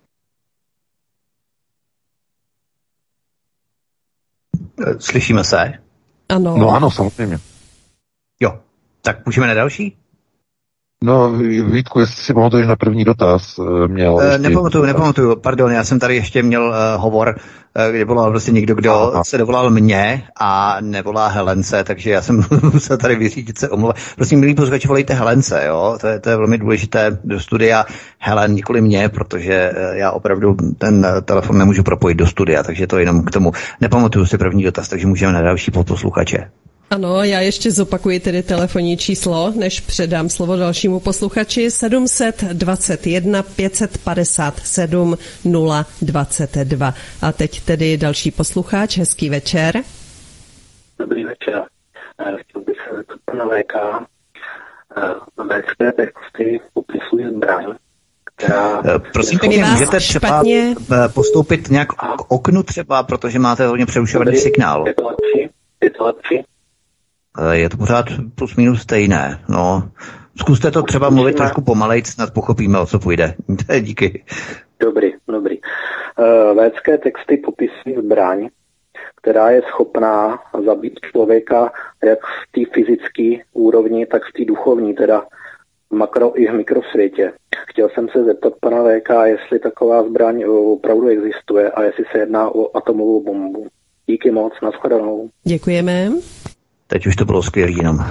Slyšíme se? Ano. No ano, samozřejmě. Jo, tak můžeme na další? No, Vítku, jestli si pamatuješ na první dotaz, měl... Uh, nepamatuju, nepamatuju, pardon, já jsem tady ještě měl uh, hovor, uh, kde volal prostě někdo, kdo Aha. se dovolal mě a nevolá Helence, takže já jsem musel tady vyřídit se omluvat. Prosím, milí posluchači, volejte Helence, jo, to je, to je velmi důležité do studia Helen, nikoli mě, protože uh, já opravdu ten uh, telefon nemůžu propojit do studia, takže to jenom k tomu. Nepamatuju si první dotaz, takže můžeme na další posluchače. Ano, já ještě zopakuji tedy telefonní číslo, než předám slovo dalšímu posluchači. sedm set dvacet jedna pět set padesát sedm nula dvacet dva. A teď tedy další posluchač. Hezký večer. Dobrý večer. Chtěl bych se zeptat pana V K. Vécké texty popisují zbraň, která... Prosím pěkně, můžete třeba špatně postoupit nějak k oknu třeba, protože máte hodně přerušovaný signál. Je to lepší? Je to lepší? Je to pořád plus minus stejné, no. Zkuste to třeba mluvit trošku pomalejc, snad pochopíme, o co půjde. Díky. Dobrý, dobrý. Védské texty popisují zbraň, která je schopná zabít člověka jak v té fyzické úrovni, tak v té duchovní, teda v makro i v mikrosvětě. Chtěl jsem se zeptat pana V K, jestli taková zbraň opravdu existuje a jestli se jedná o atomovou bombu. Díky moc, nashledanou. Děkujeme. Teď už to bylo skvělý jenom.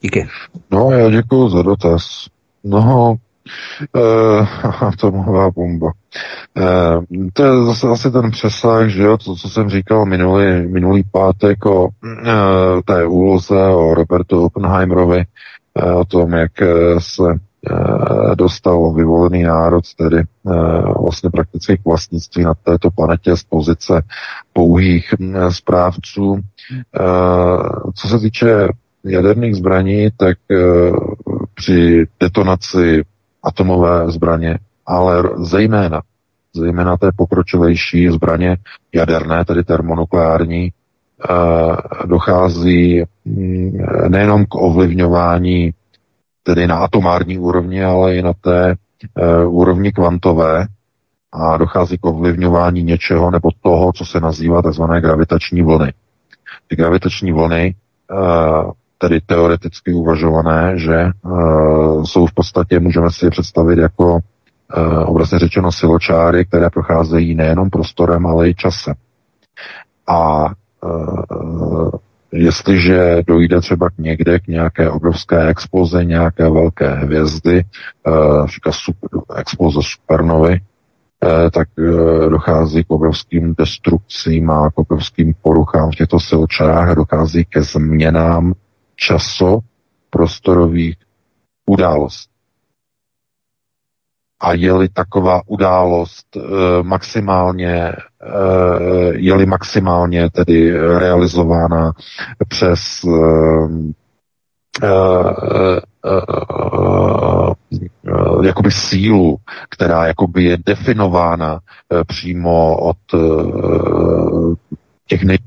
Díky. No, já děkuji za dotaz. No, uh, atomová bomba. Uh, to je zase asi ten přesah, že jo, to, co jsem říkal minulý, minulý pátek o uh, té úloze, o Robertu Oppenheimerovi, uh, o tom, jak uh, se uh, dostal vyvolený národ, tedy uh, vlastně prakticky k vlastnictví na této planetě z pozice pouhých uh, správců. Uh, co se týče jaderných zbraní, tak uh, při detonaci atomové zbraně, ale zejména, zejména té pokročilejší zbraně jaderné, tedy termonukleární, uh, dochází um, nejenom k ovlivňování tedy na atomární úrovni, ale i na té uh, úrovni kvantové a dochází k ovlivňování něčeho nebo toho, co se nazývá tzv. Gravitační vlny. Ty gravitační vlny uh, tedy teoreticky uvažované, že uh, jsou v podstatě, můžeme si je představit jako uh, obrazně řečeno siločáry, které procházejí nejenom prostorem, ale i časem. A uh, jestliže dojde třeba k někde k nějaké obrovské explozi, nějaké velké hvězdy, uh, říká super, exploze supernovy, uh, tak uh, dochází k obrovským destrukcím a k obrovským poruchám v těchto siločárách a dochází ke změnám časoprostorových událostí. A je-li taková událost e, maximálně, e, je-li maximálně tedy realizována přes e, e, e, e, jakoby sílu, která jakoby je definována e, přímo od e, těch nej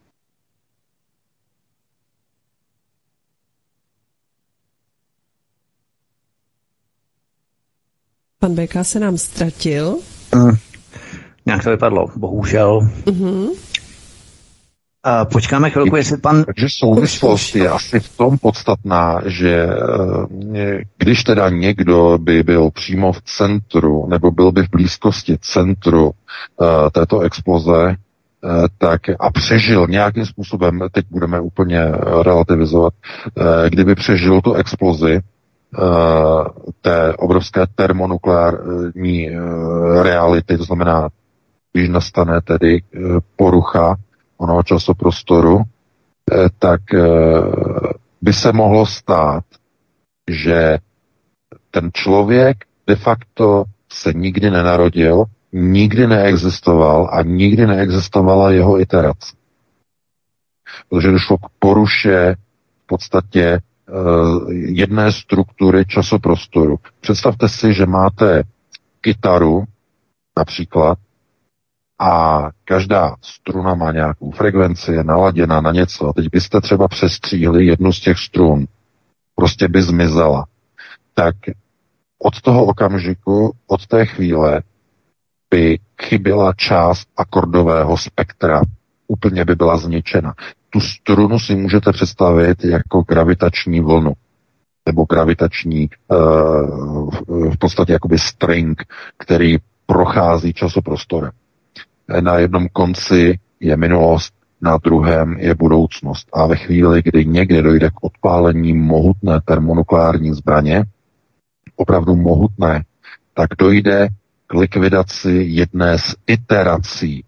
Pan B K se nám ztratil. Mm, nějak to vypadlo, bohužel. Mm-hmm. A počkáme chvilku, jestli pan... Takže souvislost je asi v tom podstatná, že když teda někdo by byl přímo v centru, nebo byl by v blízkosti centru uh, této exploze, uh, tak a přežil nějakým způsobem, teď budeme úplně relativizovat, uh, kdyby přežil tu explozi, Uh, té obrovské termonukleární uh, reality, to znamená, když nastane tedy uh, porucha onoho časoprostoru, uh, tak uh, by se mohlo stát, že ten člověk de facto se nikdy nenarodil, nikdy neexistoval a nikdy neexistovala jeho iterace. Protože došlo k poruše v podstatě jedné struktury časoprostoru. Představte si, že máte kytaru například a každá struna má nějakou frekvenci, je naladěna na něco. A teď byste třeba přestříhli jednu z těch strun. Prostě by zmizela. Tak od toho okamžiku, od té chvíle by chyběla část akordového spektra. Úplně by byla zničena. Tu strunu si můžete představit jako gravitační vlnu, nebo gravitační uh, v podstatě jakoby string, který prochází časoprostorem. Na jednom konci je minulost, na druhém je budoucnost. A ve chvíli, kdy někde dojde k odpálení mohutné termonukleární zbraně, opravdu mohutné, tak dojde k likvidaci jedné z iterací.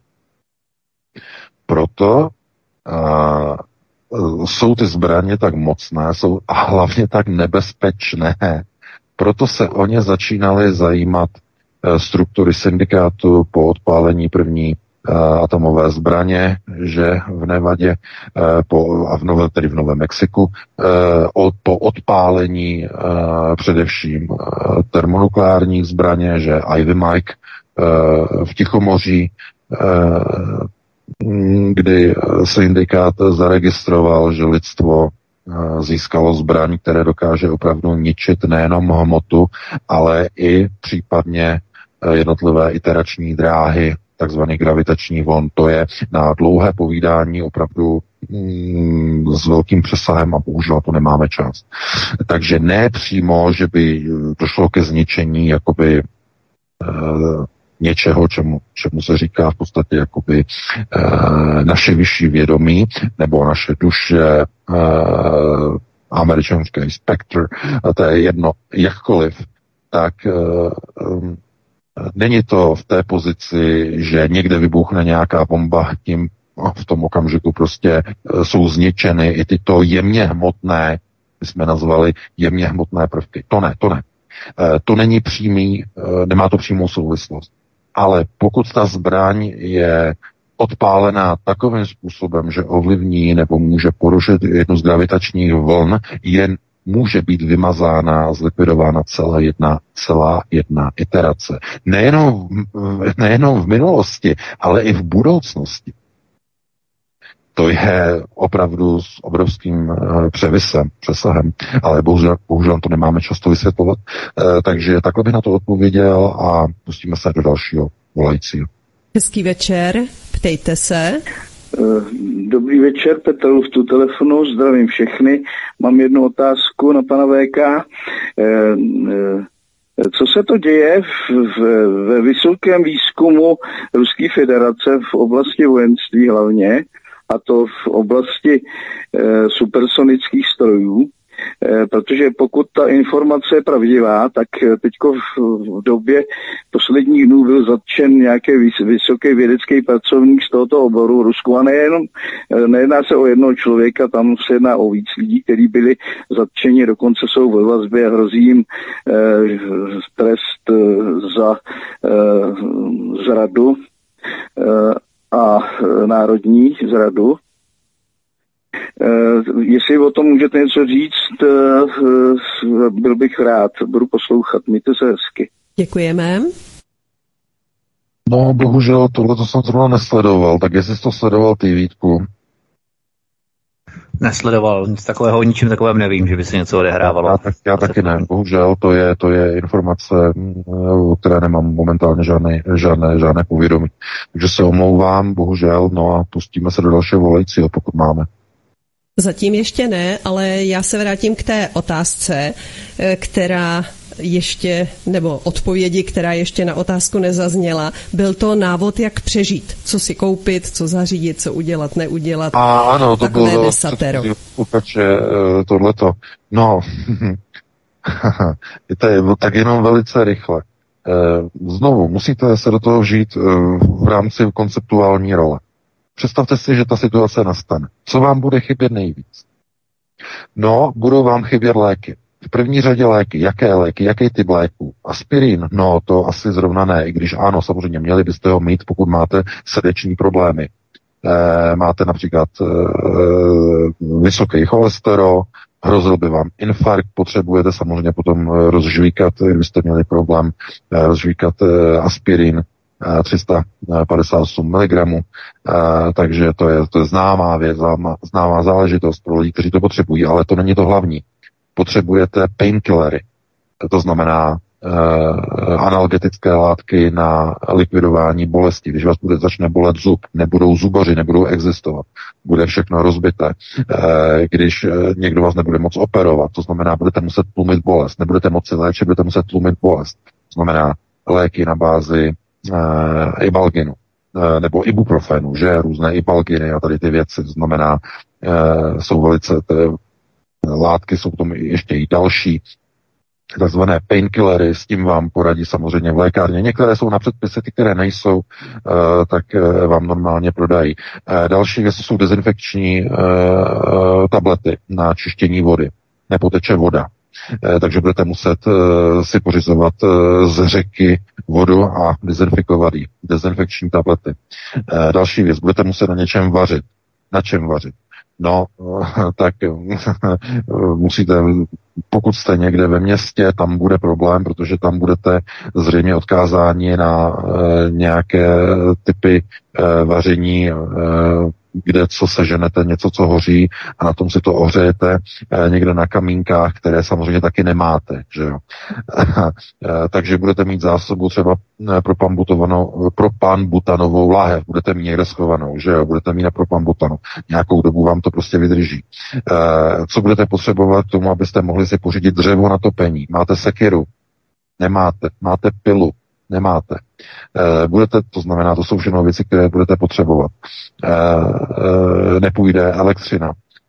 Proto Uh, jsou ty zbraně tak mocné, jsou a hlavně tak nebezpečné. Proto se o ně začínaly zajímat uh, struktury syndikátu po odpálení první uh, atomové zbraně, že v Nevadě uh, po, a v Nové, tedy v Novém Mexiku uh, od, po odpálení uh, především uh, termonukleárních zbraně, že Ivy Mike uh, v Tichomoří uh, kdy syndikát zaregistroval, že lidstvo získalo zbraň, které dokáže opravdu ničit nejenom hmotu, ale i případně jednotlivé iterační dráhy, takzvaný gravitační vln. To je na dlouhé povídání opravdu mm, s velkým přesahem a bohužel to nemáme čas. Takže ne přímo, že by došlo ke zničení jakoby uh, něčeho, čemu, čemu se říká v podstatě jakoby e, naše vyšší vědomí nebo naše duše e, a američanský Spectre, to je jedno, jakkoliv, tak um, není to v té pozici, že někde vybuchne nějaká bomba, tím v tom okamžiku prostě jsou zničeny i tyto jemně hmotné, my jsme nazvali jemně hmotné prvky. To ne, to ne. To není přímý, nemá to přímou souvislost. Ale pokud ta zbraň je odpálená takovým způsobem, že ovlivní nebo může porušit jednu z gravitačních vln, jen může být vymazána, zlikvidována celá jedna, celá jedna iterace. Nejenom, nejenom v minulosti, ale i v budoucnosti. To je opravdu s obrovským uh, převisem, přesahem, ale bohužel, bohužel to nemáme často vysvětlovat. Uh, takže takhle bych na to odpověděl a pustíme se do dalšího volajícího. Hezký večer, ptejte se. Dobrý večer, Petr v tu telefonu, zdravím všechny. Mám jednu otázku na pana V K. Co se to děje v, v, ve vysokém výzkumu Ruské federace v oblasti vojenství hlavně, a to v oblasti e, supersonických strojů, e, protože pokud ta informace je pravdivá, tak teďko v, v době posledních dnů byl zatčen nějaký vys, vysoký vědecký pracovník z tohoto oboru Rusku a nejenom, nejedná se o jednoho člověka, tam se jedná o víc lidí, kteří byli zatčeni, dokonce jsou ve vazbě a hrozí jim e, trest e, za e, zradu e, a národní zradu. Jestli o tom můžete něco říct, byl bych rád. Budu poslouchat. Mějte se hezky. Děkujeme. No, bohužel, tohle to jsem zrovna nesledoval. Tak jestli jsi to sledoval ty, Vítku? Nesledoval, nic takového, ničím takovém nevím, že by se něco odehrávalo. Já, tak, já taky ne, bohužel, to je, to je informace, o které nemám momentálně žádné, žádné, žádné povědomí. Takže se omlouvám, bohužel, no a pustíme se do dalšího volajícího, pokud máme. Zatím ještě ne, ale já se vrátím k té otázce, která ještě, nebo odpovědi, která ještě na otázku nezazněla. Byl to návod, jak přežít, co si koupit, co zařídit, co udělat, neudělat. A ano, to bylo desatero. tohleto. No, to je tak jenom velice rychle. Znovu, musíte se do toho vžít v rámci konceptuální role. Představte si, že ta situace nastane. Co vám bude chybět nejvíc? No, budou vám chybět léky. V první řadě léky. Jaké léky? Jaký typ léků? Aspirin? No, to asi zrovna ne, i když ano, samozřejmě měli byste ho mít, pokud máte srdeční problémy. E, máte například e, vysoký cholesterol, hrozil by vám infarkt, potřebujete samozřejmě potom rozžvíkat, kdybyste měli problém, rozžvíkat e, aspirin, tři sta padesát osm miligramů, takže to je, to je známá věc, známá, známá záležitost pro lidi, kteří to potřebují, ale to není to hlavní. Potřebujete painkillery, to znamená uh, analgetické látky na likvidování bolesti. Když vás bude začne bolet zub, nebudou zubaři, nebudou existovat, bude všechno rozbité. Uh, když uh, někdo vás nebude moc operovat, to znamená, budete muset tlumit bolest, nebudete moci léčit, budete muset tlumit bolest. To znamená léky na bázi uh, ibalginu uh, nebo ibuprofenu, že různé ibalginy a tady ty věci, to znamená, uh, jsou velice t- látky, jsou tomu ještě i další, takzvané painkillery, s tím vám poradí samozřejmě v lékárně. Některé jsou na předpisy, ty, které nejsou, tak vám normálně prodají. Další věci jsou dezinfekční tablety na čištění vody. Nepoteče voda. Takže budete muset si pořizovat z řeky vodu a dezinfikovat ji. Dezinfekční tablety. Další věc, budete muset na něčem vařit. Na čem vařit? No, tak musíte, pokud jste někde ve městě, tam bude problém, protože tam budete zřejmě odkázáni na e, nějaké typy e, vaření, e, kde co seženete, něco, co hoří a na tom si to ohřejete e, někde na kamínkách, které samozřejmě taky nemáte, že jo. e, takže budete mít zásobu třeba pro pambutovanou, pro panbutanovou láhev, budete mít někde schovanou, že jo, budete mít na propambutanu. Nějakou dobu vám to prostě vydrží. E, co budete potřebovat k tomu, abyste mohli si pořídit dřevo na topení? Máte sekiru? Nemáte. Máte pilu? Nemáte. E, budete, to znamená, to jsou všechno věci, které budete potřebovat. E, e, nepůjde elektřina.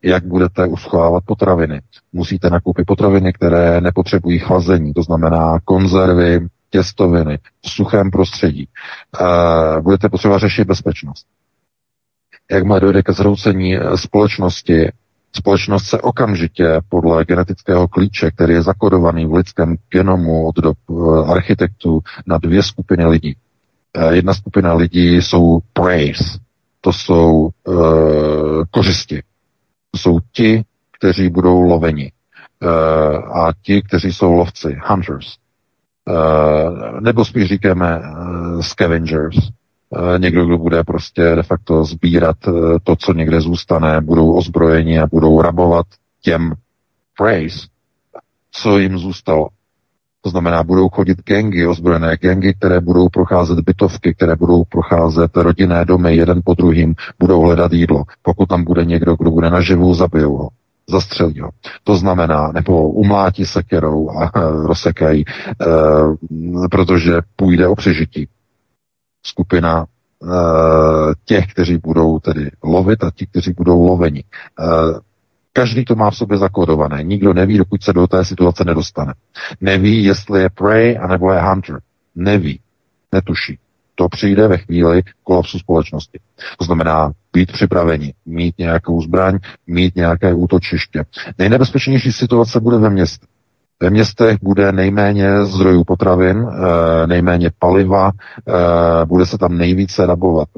jak budete uschovávat potraviny. Musíte nakoupit potraviny, které nepotřebují chlazení, to znamená konzervy, těstoviny v suchém prostředí. E, budete potřebovat řešit bezpečnost. Jakmile dojde ke zhroucení společnosti, společnost se okamžitě podle genetického klíče, který je zakodovaný v lidském genomu od dob architektů, na dvě skupiny lidí. Jedna skupina lidí jsou preys, to jsou e, kořisti. To jsou ti, kteří budou loveni. E, a ti, kteří jsou lovci, hunters. E, nebo spíš říkáme e, scavengers. E, někdo, kdo bude prostě de facto sbírat e, to, co někde zůstane, budou ozbrojeni a budou rabovat těm preys, co jim zůstalo. To znamená, budou chodit gangy, ozbrojené gangy, které budou procházet bytovky, které budou procházet rodinné domy jeden po druhým, budou hledat jídlo. Pokud tam bude někdo, kdo bude naživu, zabijou ho, zastřelí ho. To znamená, nebo umlátí sekerou a rozsekají, e, protože půjde o přežití. Skupina e, těch, kteří budou tedy lovit a ti, kteří budou loveni. E, Každý to má v sobě zakódované. Nikdo neví, dokud se do té situace nedostane. Neví, jestli je prey, anebo je hunter. Neví. Netuší. To přijde ve chvíli kolapsu společnosti. To znamená být připraveni, mít nějakou zbraň, mít nějaké útočiště. Nejnebezpečnější situace bude ve městech. Ve městech bude nejméně zdrojů potravin, nejméně paliva, bude se tam nejvíce rabovat.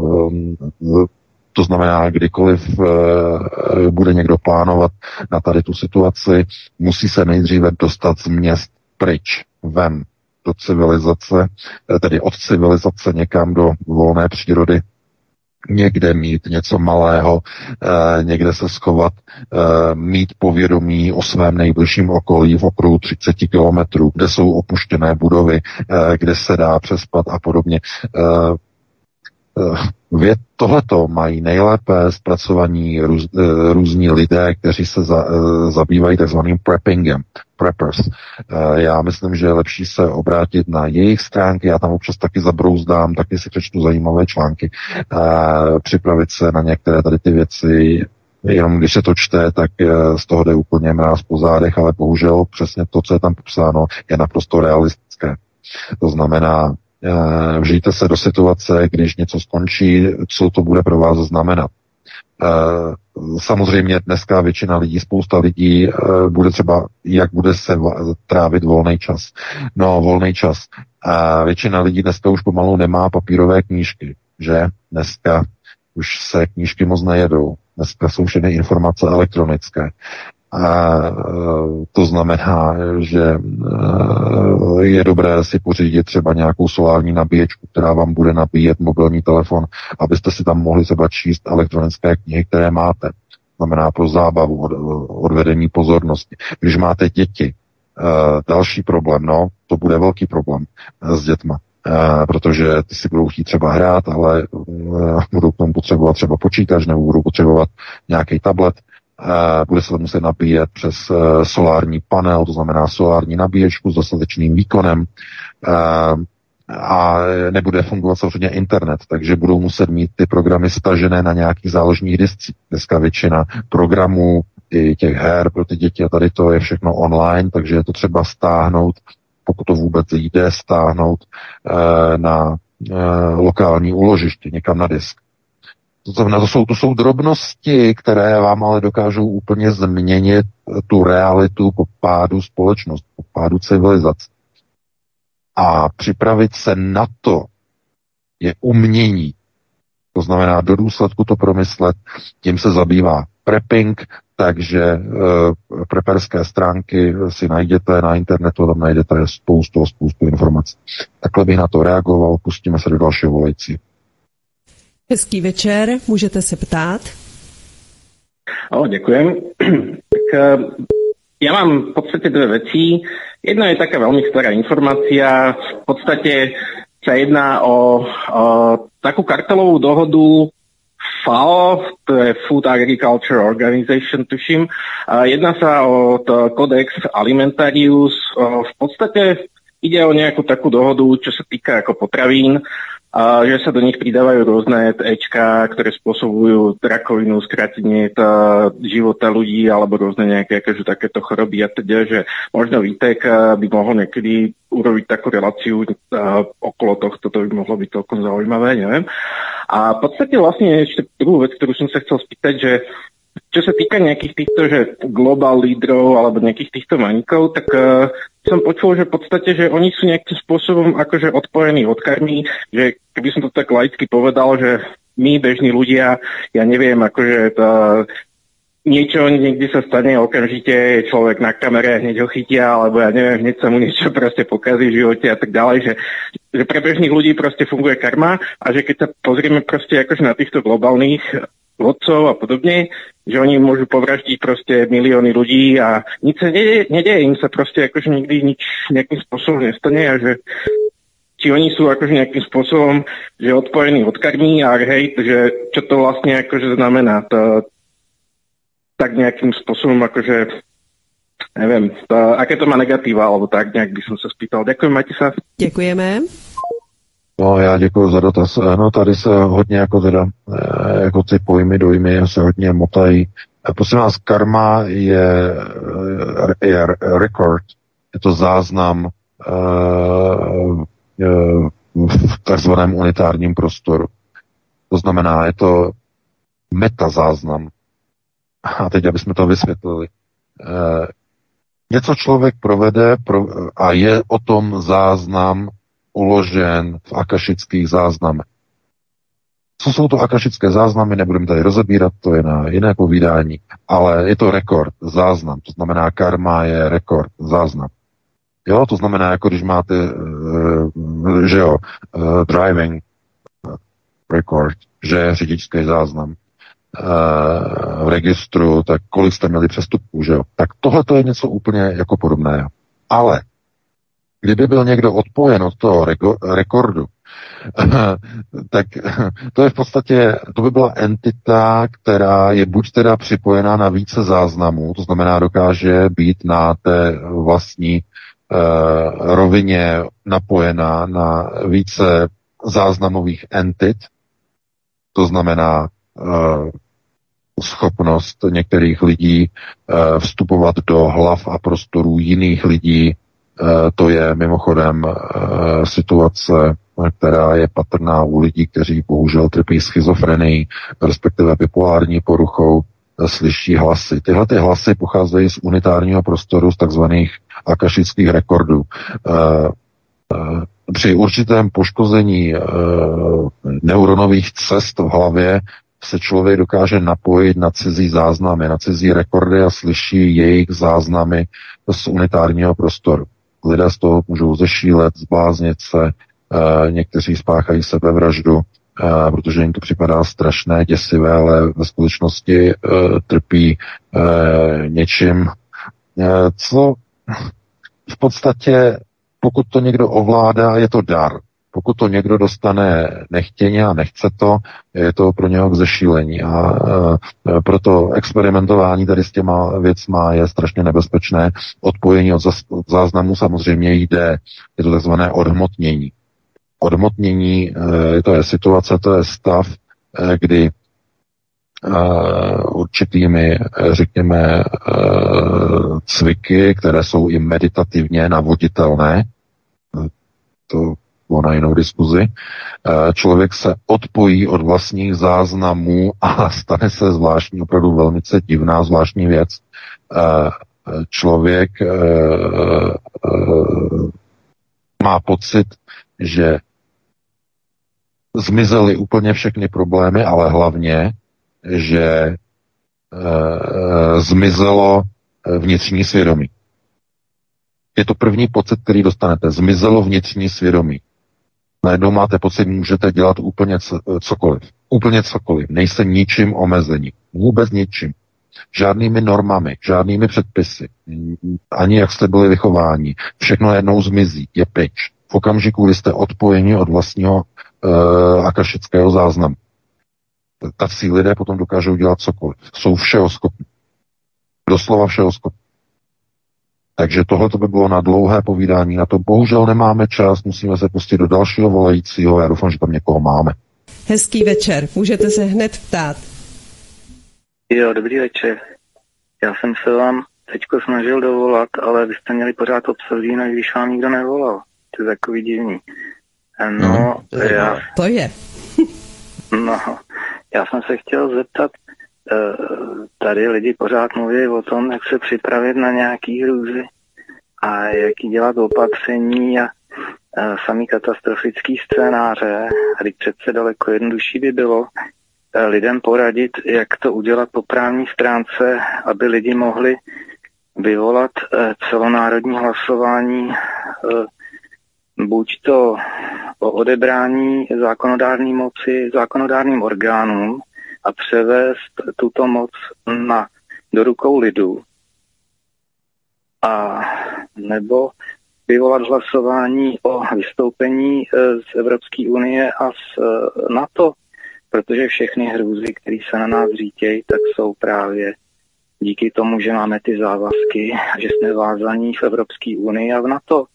To znamená, kdykoliv e, bude někdo plánovat na tady tu situaci, musí se nejdříve dostat z měst pryč, ven, do civilizace, tedy od civilizace někam do volné přírody, někde mít něco malého, e, někde se schovat, e, mít povědomí o svém nejbližším okolí v okruhu třicet kilometrů, kde jsou opuštěné budovy, e, kde se dá přespat a podobně. E, Vě, tohleto mají nejlépe zpracovaní růz, různí lidé, kteří se za, zabývají takzvaným preppingem, preppers. Já myslím, že je lepší se obrátit na jejich stránky, já tam občas taky zabrouzdám, taky si přečtu zajímavé články, připravit se na některé tady ty věci, jenom když se to čte, tak z toho jde úplně mráz po zádech, ale bohužel přesně to, co je tam popsáno, je naprosto realistické. To znamená, vžijte se do situace, když něco skončí, co to bude pro vás znamenat. Samozřejmě dneska většina lidí, spousta lidí bude třeba, jak bude se trávit volný čas. No, volný čas. A většina lidí dneska už pomalu nemá papírové knížky, že? Dneska už se knížky moc nejedou. Dneska jsou všechny informace elektronické. A to znamená, že je dobré si pořídit třeba nějakou solární nabíječku, která vám bude nabíjet mobilní telefon, abyste si tam mohli třeba číst elektronické knihy, které máte. Znamená pro zábavu, odvedení pozornosti. Když máte děti, další problém, no, to bude velký problém s dětma. Protože ty si budou chtít třeba hrát, ale budou k tomu potřebovat třeba počítač, nebo budou potřebovat nějaký tablet, bude se to muset nabíjet přes solární panel, to znamená solární nabíječku s dostatečným výkonem a nebude fungovat samozřejmě internet, takže budou muset mít ty programy stažené na nějakých záložních discích. Dneska většina programů i těch her pro ty děti a tady to je všechno online, takže je to třeba stáhnout, pokud to vůbec jde, stáhnout na lokální úložiště, někam na disk. To znamená, to jsou, to jsou drobnosti, které vám ale dokážou úplně změnit tu realitu po pádu společnosti, po pádu civilizace. A připravit se na to je umění. To znamená do důsledku to promyslet, tím se zabývá prepping, takže uh, prepperské stránky si najděte na internetu, tam najdete spoustu, spoustu informací. Takhle bych na to reagoval, pustíme se do dalšího volající. Hezký večer, můžete se ptát. O, ďakujem. Tak ja mám v podstate dve veci. Jedna je taká veľmi stará informácia. V podstate sa jedná o, o takú kartelovú dohodu F A O, to je Food Agriculture Organization, tuším. Jedná sa o Codex Alimentarius. V podstate ide o nejakú takú dohodu, čo sa týka ako potravín. a že sa do nich pridávajú rôzne Ečka, ktoré spôsobujú rakovinu, skratenie života ľudí alebo rôzne nejaké akože takéto choroby a teda, že možno Vítek by mohol niekedy urobiť takú reláciu uh, okolo tohto, to by mohlo byť celkom zaujímavé, neviem. A v podstate vlastne ešte druhú vec, ktorú som sa chcel spýtať, že čo sa týka nejakých týchto, že global lídrov alebo nejakých týchto maníkov, tak uh, som počul, že v podstate, že oni sú nejakým spôsobom akože odpojení od karmy, že keby som to tak laicky povedal, že my, bežní ľudia, ja neviem, akože to, niečo niekde sa stane, okamžite človek na kamere hneď ho chytia, alebo ja neviem, hneď sa mu niečo proste pokazí v živote a tak ďalej, že, že pre bežných ľudí proste funguje karma a že keď sa pozrieme proste akože na týchto globálnych vodcov a podobne, že oni môžu povraždiť proste milióny ľudí a nič sa nedeje, nedeje im sa proste akože nikdy nič nejakým spôsobom nestane a že či oni sú akože nejakým spôsobom, že odpojení od karmy a hej, že čo to vlastne akože znamená, to tak nejakým spôsobom akože neviem, to, aké to má negatíva, alebo tak nejak by som sa spýtal. Ďakujem, majte sa. Děkujeme. No, já děkuji za dotaz. No, tady se hodně jako teda, jako ty pojmy, dojmy se hodně motají. Prosím vás, karma je, je record, je to záznam v takzvaném unitárním prostoru. To znamená, je to metazáznam. A teď, abychom to vysvětlili. Něco člověk provede a je o tom záznam uložen v akašických záznamech. Co jsou to akašické záznamy, nebudeme tady rozebírat, to je na jiné povídání, ale je to rekord, záznam, to znamená karma je rekord, záznam. Jo, to znamená, jako když máte, že jo, driving record, že řidičský záznam v registru, tak kolik jste měli přestupků, že jo. Tak tohle to je něco úplně jako podobného. Ale kdyby byl někdo odpojen od toho reko- rekordu, tak to je v podstatě, to by byla entita, která je buď teda připojená na více záznamů, to znamená dokáže být na té vlastní uh, rovině napojená na více záznamových entit, to znamená uh, schopnost některých lidí uh, vstupovat do hlav a prostorů jiných lidí. Uh, to je mimochodem uh, situace, která je patrná u lidí, kteří bohužel trpí schizofrenii, respektive bipolární poruchou, uh, slyší hlasy. Tyhle ty hlasy pocházejí z unitárního prostoru, z takzvaných akašických rekordů. Uh, uh, při určitém poškození uh, neuronových cest v hlavě se člověk dokáže napojit na cizí záznamy, na cizí rekordy a slyší jejich záznamy z unitárního prostoru. Lidé z toho můžou zešílet, zbláznit se, e, někteří spáchají sebevraždu, e, protože jim to připadá strašné, děsivé, ale ve skutečnosti e, trpí e, něčím, e, co v podstatě, pokud to někdo ovládá, je to dar. Pokud to někdo dostane nechtěně a nechce to, je to pro něho k zešílení. A e, proto experimentování tady s těma věcma je strašně nebezpečné. Odpojení od, zas, od záznamu samozřejmě jde. Je to takzvané odhmotnění. Odhmotnění, e, to je situace, to je stav, e, kdy e, určitými, řekněme, e, cviky, které jsou i meditativně navoditelné, to na jinou diskuzi, člověk se odpojí od vlastních záznamů a stane se zvláštní, opravdu velmi divná zvláštní věc. Člověk má pocit, že zmizely úplně všechny problémy, ale hlavně, že zmizelo vnitřní svědomí. Je to první pocit, který dostanete. Zmizelo vnitřní svědomí. Najednou máte pocit, můžete dělat úplně cokoliv. Úplně cokoliv. Nejste ničím omezení. Vůbec ničím. Žádnými normami, žádnými předpisy. Ani jak jste byli vychováni. Všechno jednou zmizí. Je pryč. V okamžiku, kdy jste odpojeni od vlastního uh, akašického záznamu. Tací lidé potom dokážou dělat cokoliv. Jsou všeho schopni. Doslova všeho schopni. Takže tohle to by bylo na dlouhé povídání. Na to bohužel nemáme čas, musíme se pustit do dalšího volajícího. Já doufám, že tam někoho máme. Hezký večer, můžete se hned ptát. Jo, dobrý večer. Já jsem se vám teďko snažil dovolat, ale vy jste měli pořád obsazený, než když vám nikdo nevolal. To je takový divný. No, no to je. Já, to je. no, já jsem se chtěl zeptat, tady lidi pořád mluví o tom, jak se připravit na nějaký hrůzy a jaký dělat opatření a samý katastrofický scénáře. A teď přece daleko jednodušší by bylo lidem poradit, jak to udělat po právní stránce, aby lidi mohli vyvolat celonárodní hlasování, buď to o odebrání zákonodárné moci zákonodárným orgánům a převést tuto moc na, do rukou lidu, a nebo vyvolat hlasování o vystoupení z Evropské unie a z NATO, protože všechny hrůzy, které se na nás řítějí, tak jsou právě díky tomu, že máme ty závazky, že jsme vázaní v Evropské unii a v NATO.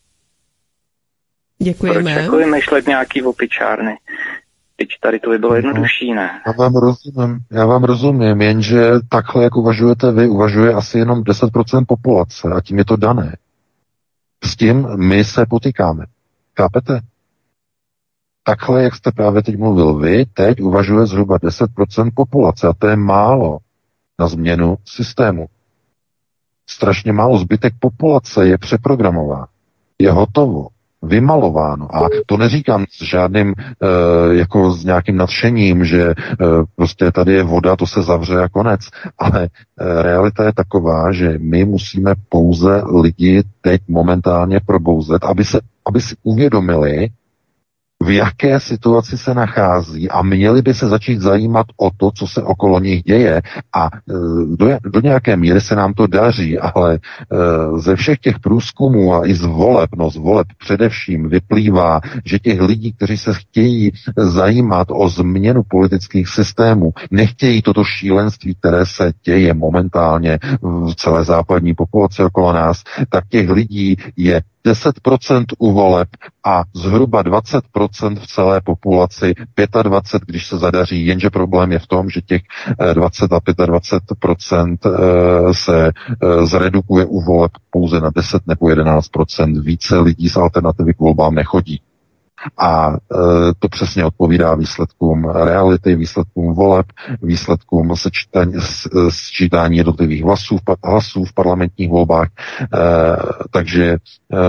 Děkujeme. Proč jako vymýšlet nějaký opičárny? Teď tady to by bylo jednodušší, ne? Já vám rozumím, já vám rozumím, jenže takhle, jak uvažujete vy, uvažuje asi jenom deset procent populace a tím je to dané. S tím my se potýkáme. Chápete? Takhle, jak jste právě teď mluvil vy, teď uvažuje zhruba deset procent populace a to je málo na změnu systému. Strašně málo. Zbytek populace je přeprogramován. Je hotovo. Vymalováno. A to neříkám s žádným, e, jako s nějakým nadšením, že e, prostě tady je voda, to se zavře a konec. Ale e, realita je taková, že my musíme pouze lidi teď momentálně probouzet, aby, se, aby si uvědomili, v jaké situaci se nachází a měli by se začít zajímat o to, co se okolo nich děje a do, do nějaké míry se nám to daří, ale ze všech těch průzkumů a i z voleb, no z voleb především vyplývá, že těch lidí, kteří se chtějí zajímat o změnu politických systémů, nechtějí toto šílenství, které se děje momentálně v celé západní populaci okolo nás, tak těch lidí je deset procent u voleb a zhruba dvacet procent v celé populaci, dvacet pět, když se zadaří, jenže problém je v tom, že těch dvacet a dvacet pět procent se zredukuje u voleb pouze na deset nebo jedenáct procent. Více lidí z alternativy k volbám nechodí. A e, to přesně odpovídá výsledkům reality, výsledkům voleb, výsledkům sečítání, sčítání jednotlivých hlasů, hlasů v parlamentních volbách. E, takže e,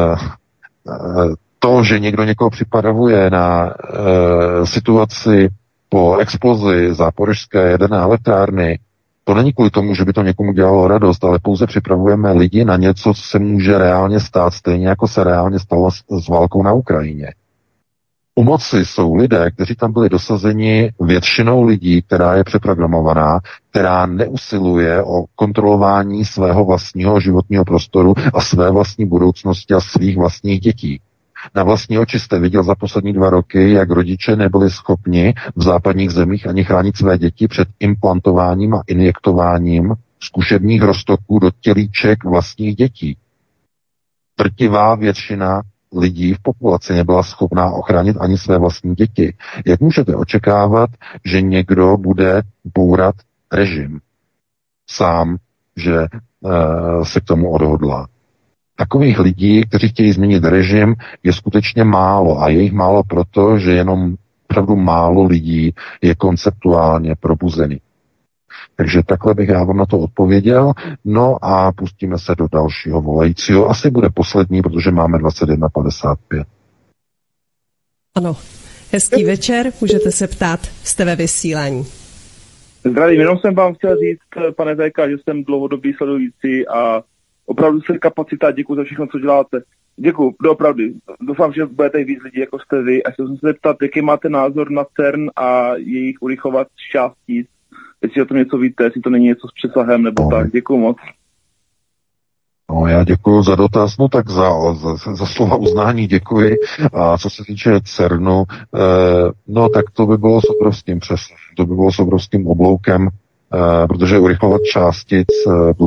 to, že někdo někoho připravuje na e, situaci po explozi záporožské jaderné elektrárny, to není kvůli tomu, že by to někomu dělalo radost, ale pouze připravujeme lidi na něco, co se může reálně stát, stejně jako se reálně stalo s, s válkou na Ukrajině. U moci jsou lidé, kteří tam byli dosazeni většinou lidí, která je přeprogramovaná, která neusiluje o kontrolování svého vlastního životního prostoru a své vlastní budoucnosti a svých vlastních dětí. Na vlastní oči jste viděl za poslední dva roky, jak rodiče nebyli schopni v západních zemích ani chránit své děti před implantováním a injektováním zkušebních roztoků do tělíček vlastních dětí. Drtivá většina lidí v populaci nebyla schopná ochránit ani své vlastní děti. Jak můžete očekávat, že někdo bude bourat režim sám, že e, se k tomu odhodlá? Takových lidí, kteří chtějí změnit režim, je skutečně málo a je jich málo proto, že jenom opravdu málo lidí je konceptuálně probuzený. Takže takhle bych já vám na to odpověděl. No a pustíme se do dalšího volajícího. Asi bude poslední, protože máme dvacet jedna padesát pět. Ano. Hezký večer, můžete se ptát, jste ve vysílání. Zdravím, jenom jsem vám chtěl říct, pane V K, že jsem dlouhodobý sledující a opravdu se kapacita, děkuji za všechno, co děláte. Děkuji, opravdu. Doufám, že budete víc lidí, jako jste vy. A chtěl jsem se zeptat, jaký máte názor na CERN a jejich urychlovat šťastí. Jestli o tom něco víte, jestli to není něco s přesahem nebo no. tak. Děkuji moc. No, já děkuji za dotaz, no tak za, za, za slova uznání děkuji. A co se týče CERNu, eh, no tak to by bylo s obrovským přesahem, to by bylo s obrovským obloukem, eh, protože urychlovat částic, eh,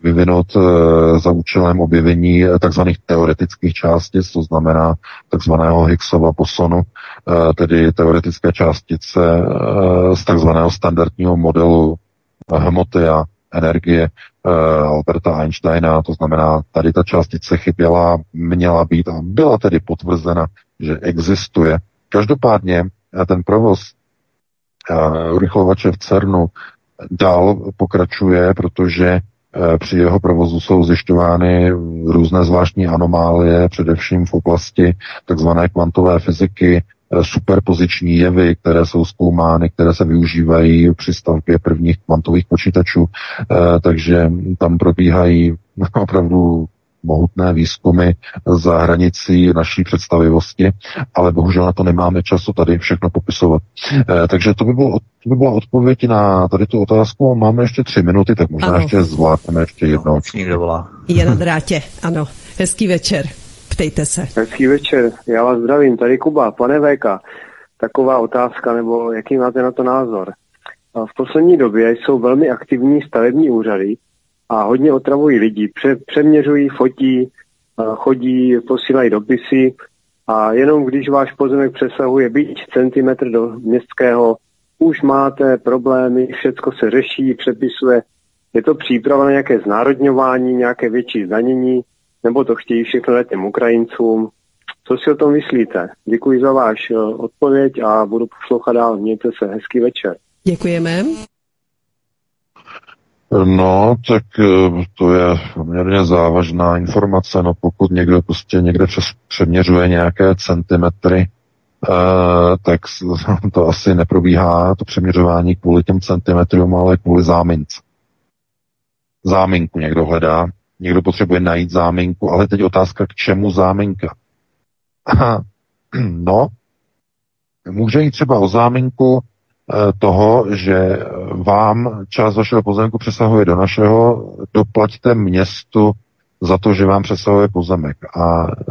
vyvinut za účelem objevení takzvaných teoretických částic, to znamená takzvaného Higgsova bosonu, tedy teoretické částice z takzvaného standardního modelu hmoty a energie Alberta Einsteina, to znamená, tady ta částice chyběla, měla být a byla tedy potvrzena, že existuje. Každopádně ten provoz urychlovače v CERNu dál pokračuje, protože při jeho provozu jsou zjišťovány různé zvláštní anomálie, především v oblasti takzvané kvantové fyziky, superpoziční jevy, které jsou zkoumány, které se využívají při stavbě prvních kvantových počítačů, takže tam probíhají opravdu mohutné výzkumy za hranicí naší představivosti, ale bohužel na to nemáme času tady všechno popisovat. Eh, takže to by, bylo, to by byla odpověď na tady tu otázku. Máme ještě tři minuty, tak možná ano. ještě zvládneme ještě jednou. Někdo volá. Je na drátě, ano. Hezký večer. Ptejte se. Hezký večer. Já vás zdravím. Tady Kuba. Pane V K, taková otázka, nebo jaký máte na to názor? V poslední době jsou velmi aktivní stavební úřady a hodně otravují lidi. Pře- přeměřují, fotí, chodí, posílají dopisy a jenom když váš pozemek přesahuje byť centimetr do městského, už máte problémy, všecko se řeší, přepisuje. Je to příprava na nějaké znárodňování, nějaké větší zdanění, nebo to chtějí všechno dát těm Ukrajincům. Co si o tom myslíte? Děkuji za váš odpověď a budu poslouchat dál. Mějte se, hezký večer. Děkujeme. No, tak to je poměrně závažná informace. No, pokud někdo prostě někde přes, přeměřuje nějaké centimetry, eh, tak to asi neprobíhá to přeměřování kvůli těm centimetrům, ale kvůli zámince. Záminku někdo hledá, někdo potřebuje najít záminku, ale teď otázka, k čemu záminka? No, může jít třeba o záminku toho, že vám část vašeho pozemku přesahuje do našeho, doplaťte městu za to, že vám přesahuje pozemek. A e,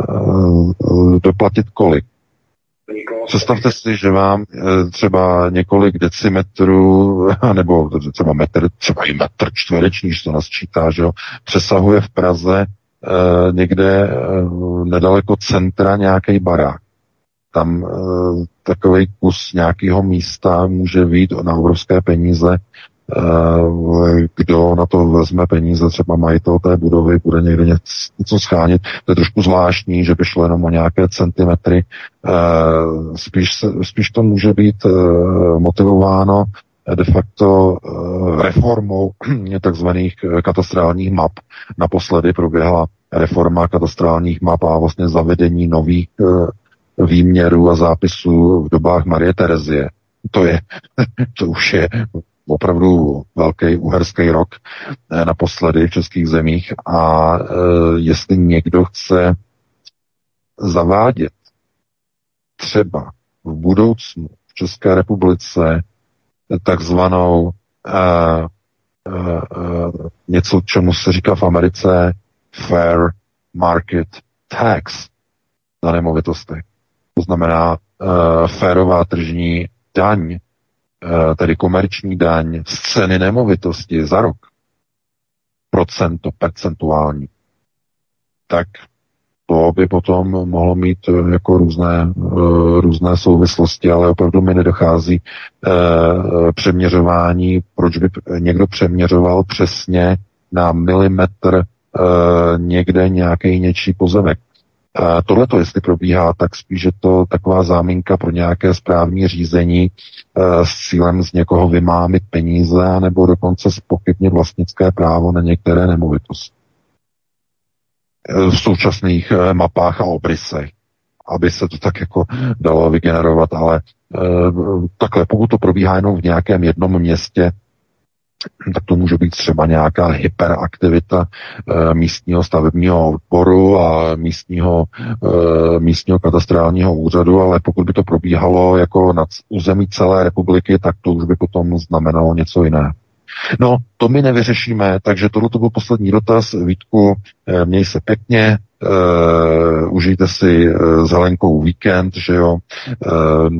doplatit kolik? Představte si, že vám e, třeba několik decimetrů, nebo třeba metr, třeba i metr čtvereční, že to nasčítá, že jo, přesahuje v Praze e, někde e, nedaleko centra nějaký barák. Tam e, takový kus nějakého místa může vyjít na obrovské peníze. E, kdo na to vezme peníze, třeba majitel té budovy, bude někde něco, něco schánit. To je trošku zvláštní, že by šlo jenom o nějaké centimetry. E, spíš, spíš to může být e, motivováno de facto e, reformou takzvaných katastrálních map. Naposledy proběhla reforma katastrálních map a vlastně zavedení nových e, výměrů a zápisů v dobách Marie Terezie. To je, to už je opravdu velký uherský rok naposledy v českých zemích a e, jestli někdo chce zavádět třeba v budoucnu v České republice takzvanou e, e, e, něco, čemu se říká v Americe fair market tax na nemovitostech. To znamená uh, férová tržní daň, uh, tedy komerční daň z ceny nemovitosti za rok, procento, percentuální, tak to by potom mohlo mít uh, jako různé, uh, různé souvislosti, ale opravdu mi nedochází uh, přeměřování, proč by někdo přeměřoval přesně na milimetr uh, někde nějaký něčí pozemek. Tohle to, jestli probíhá, tak spíš je to taková záminka pro nějaké správní řízení s cílem z někoho vymámit peníze nebo dokonce zpochybnit vlastnické právo na některé nemovitosti. V současných mapách a obrysech, aby se to tak jako dalo vygenerovat, ale takhle, pokud to probíhá jenom v nějakém jednom městě, tak to může být třeba nějaká hyperaktivita e, místního stavebního odboru a místního, e, místního katastrálního úřadu, ale pokud by to probíhalo jako na území celé republiky, tak to už by potom znamenalo něco jiného. No, to my nevyřešíme, takže tohle to byl poslední dotaz. Vítku, e, měj se pěkně, e, užijte si e, s Helenkou víkend, že jo, e, no,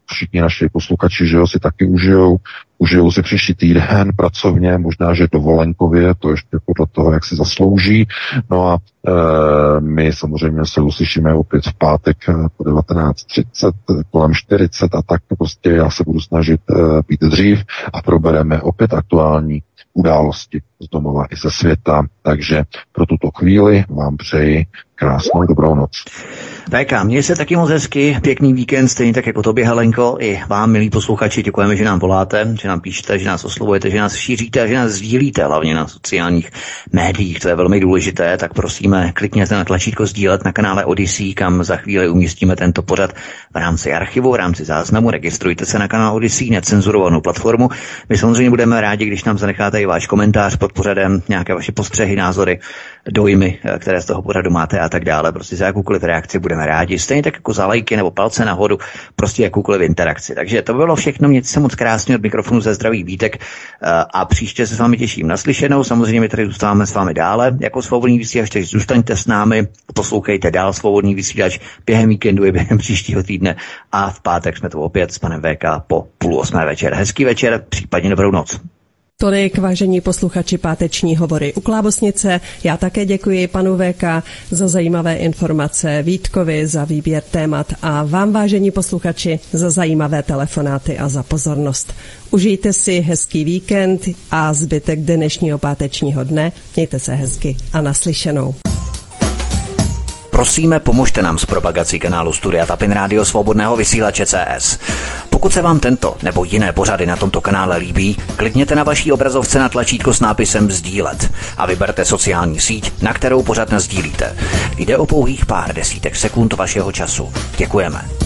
všichni naši posluchači, že jo, si taky užijou, užijou si příští týden pracovně, možná, že dovolenkově, to ještě podle toho, jak si zaslouží. No a e, my samozřejmě se uslyšíme opět v pátek po devatenáct třicet, kolem čtyřicet a tak prostě já se budu snažit e, být dřív a probereme opět aktuální události z domova i ze světa. Takže pro tuto chvíli vám přeji krásnou dobrou noc. V K, měj se taky moc hezky, pěkný víkend, stejně tak jako tobě, Helenko, i vám, milí posluchači, děkujeme, že nám voláte, že nám píšete, že nás oslovujete, že nás šíříte a že nás sdílíte, hlavně na sociálních médiích, to je velmi důležité, tak prosíme, klikněte na tlačítko sdílet na kanále Odyssey, kam za chvíli umístíme tento pořad v rámci archivu, v rámci záznamu, registrujte se na kanál Odyssey, necenzurovanou platformu. My samozřejmě budeme rádi, když nám zanecháte i váš komentář pod pořadem, nějaké vaše postřehy, názory, dojmy, které z toho pořadu máte a tak dále. Prostě za jakoukoliv reakci budeme rádi. Stejně tak jako za lajky nebo palce nahoru, prostě jakoukoliv interakci. Takže to bylo všechno. Mějte se moc krásně, od mikrofonu ze zdraví Vítek a příště se s vámi těším naslyšenou. Samozřejmě my tady zůstáváme s vámi dále jako svobodný vysílač, takže zůstaňte s námi, poslouchejte dál svobodný vysílač během víkendu i během příštího týdne a v pátek jsme tu opět s panem V K po půl osmé večer. Hezký večer, případně dobrou noc. Tolik, vážení posluchači, páteční hovory u Klábosnice. Já také děkuji panu V K za zajímavé informace, Vítkovi za výběr témat a vám, vážení posluchači, za zajímavé telefonáty a za pozornost. Užijte si hezký víkend a zbytek dnešního pátečního dne. Mějte se hezky a naslyšenou. Prosíme, pomožte nám s propagací kanálu Studia Tapin Rádio Svobodného vysílače C S. Pokud se vám tento nebo jiné pořady na tomto kanále líbí, klikněte na vaší obrazovce na tlačítko s nápisem sdílet a vyberte sociální síť, na kterou pořad nasdílíte. Jde o pouhých pár desítek sekund vašeho času. Děkujeme.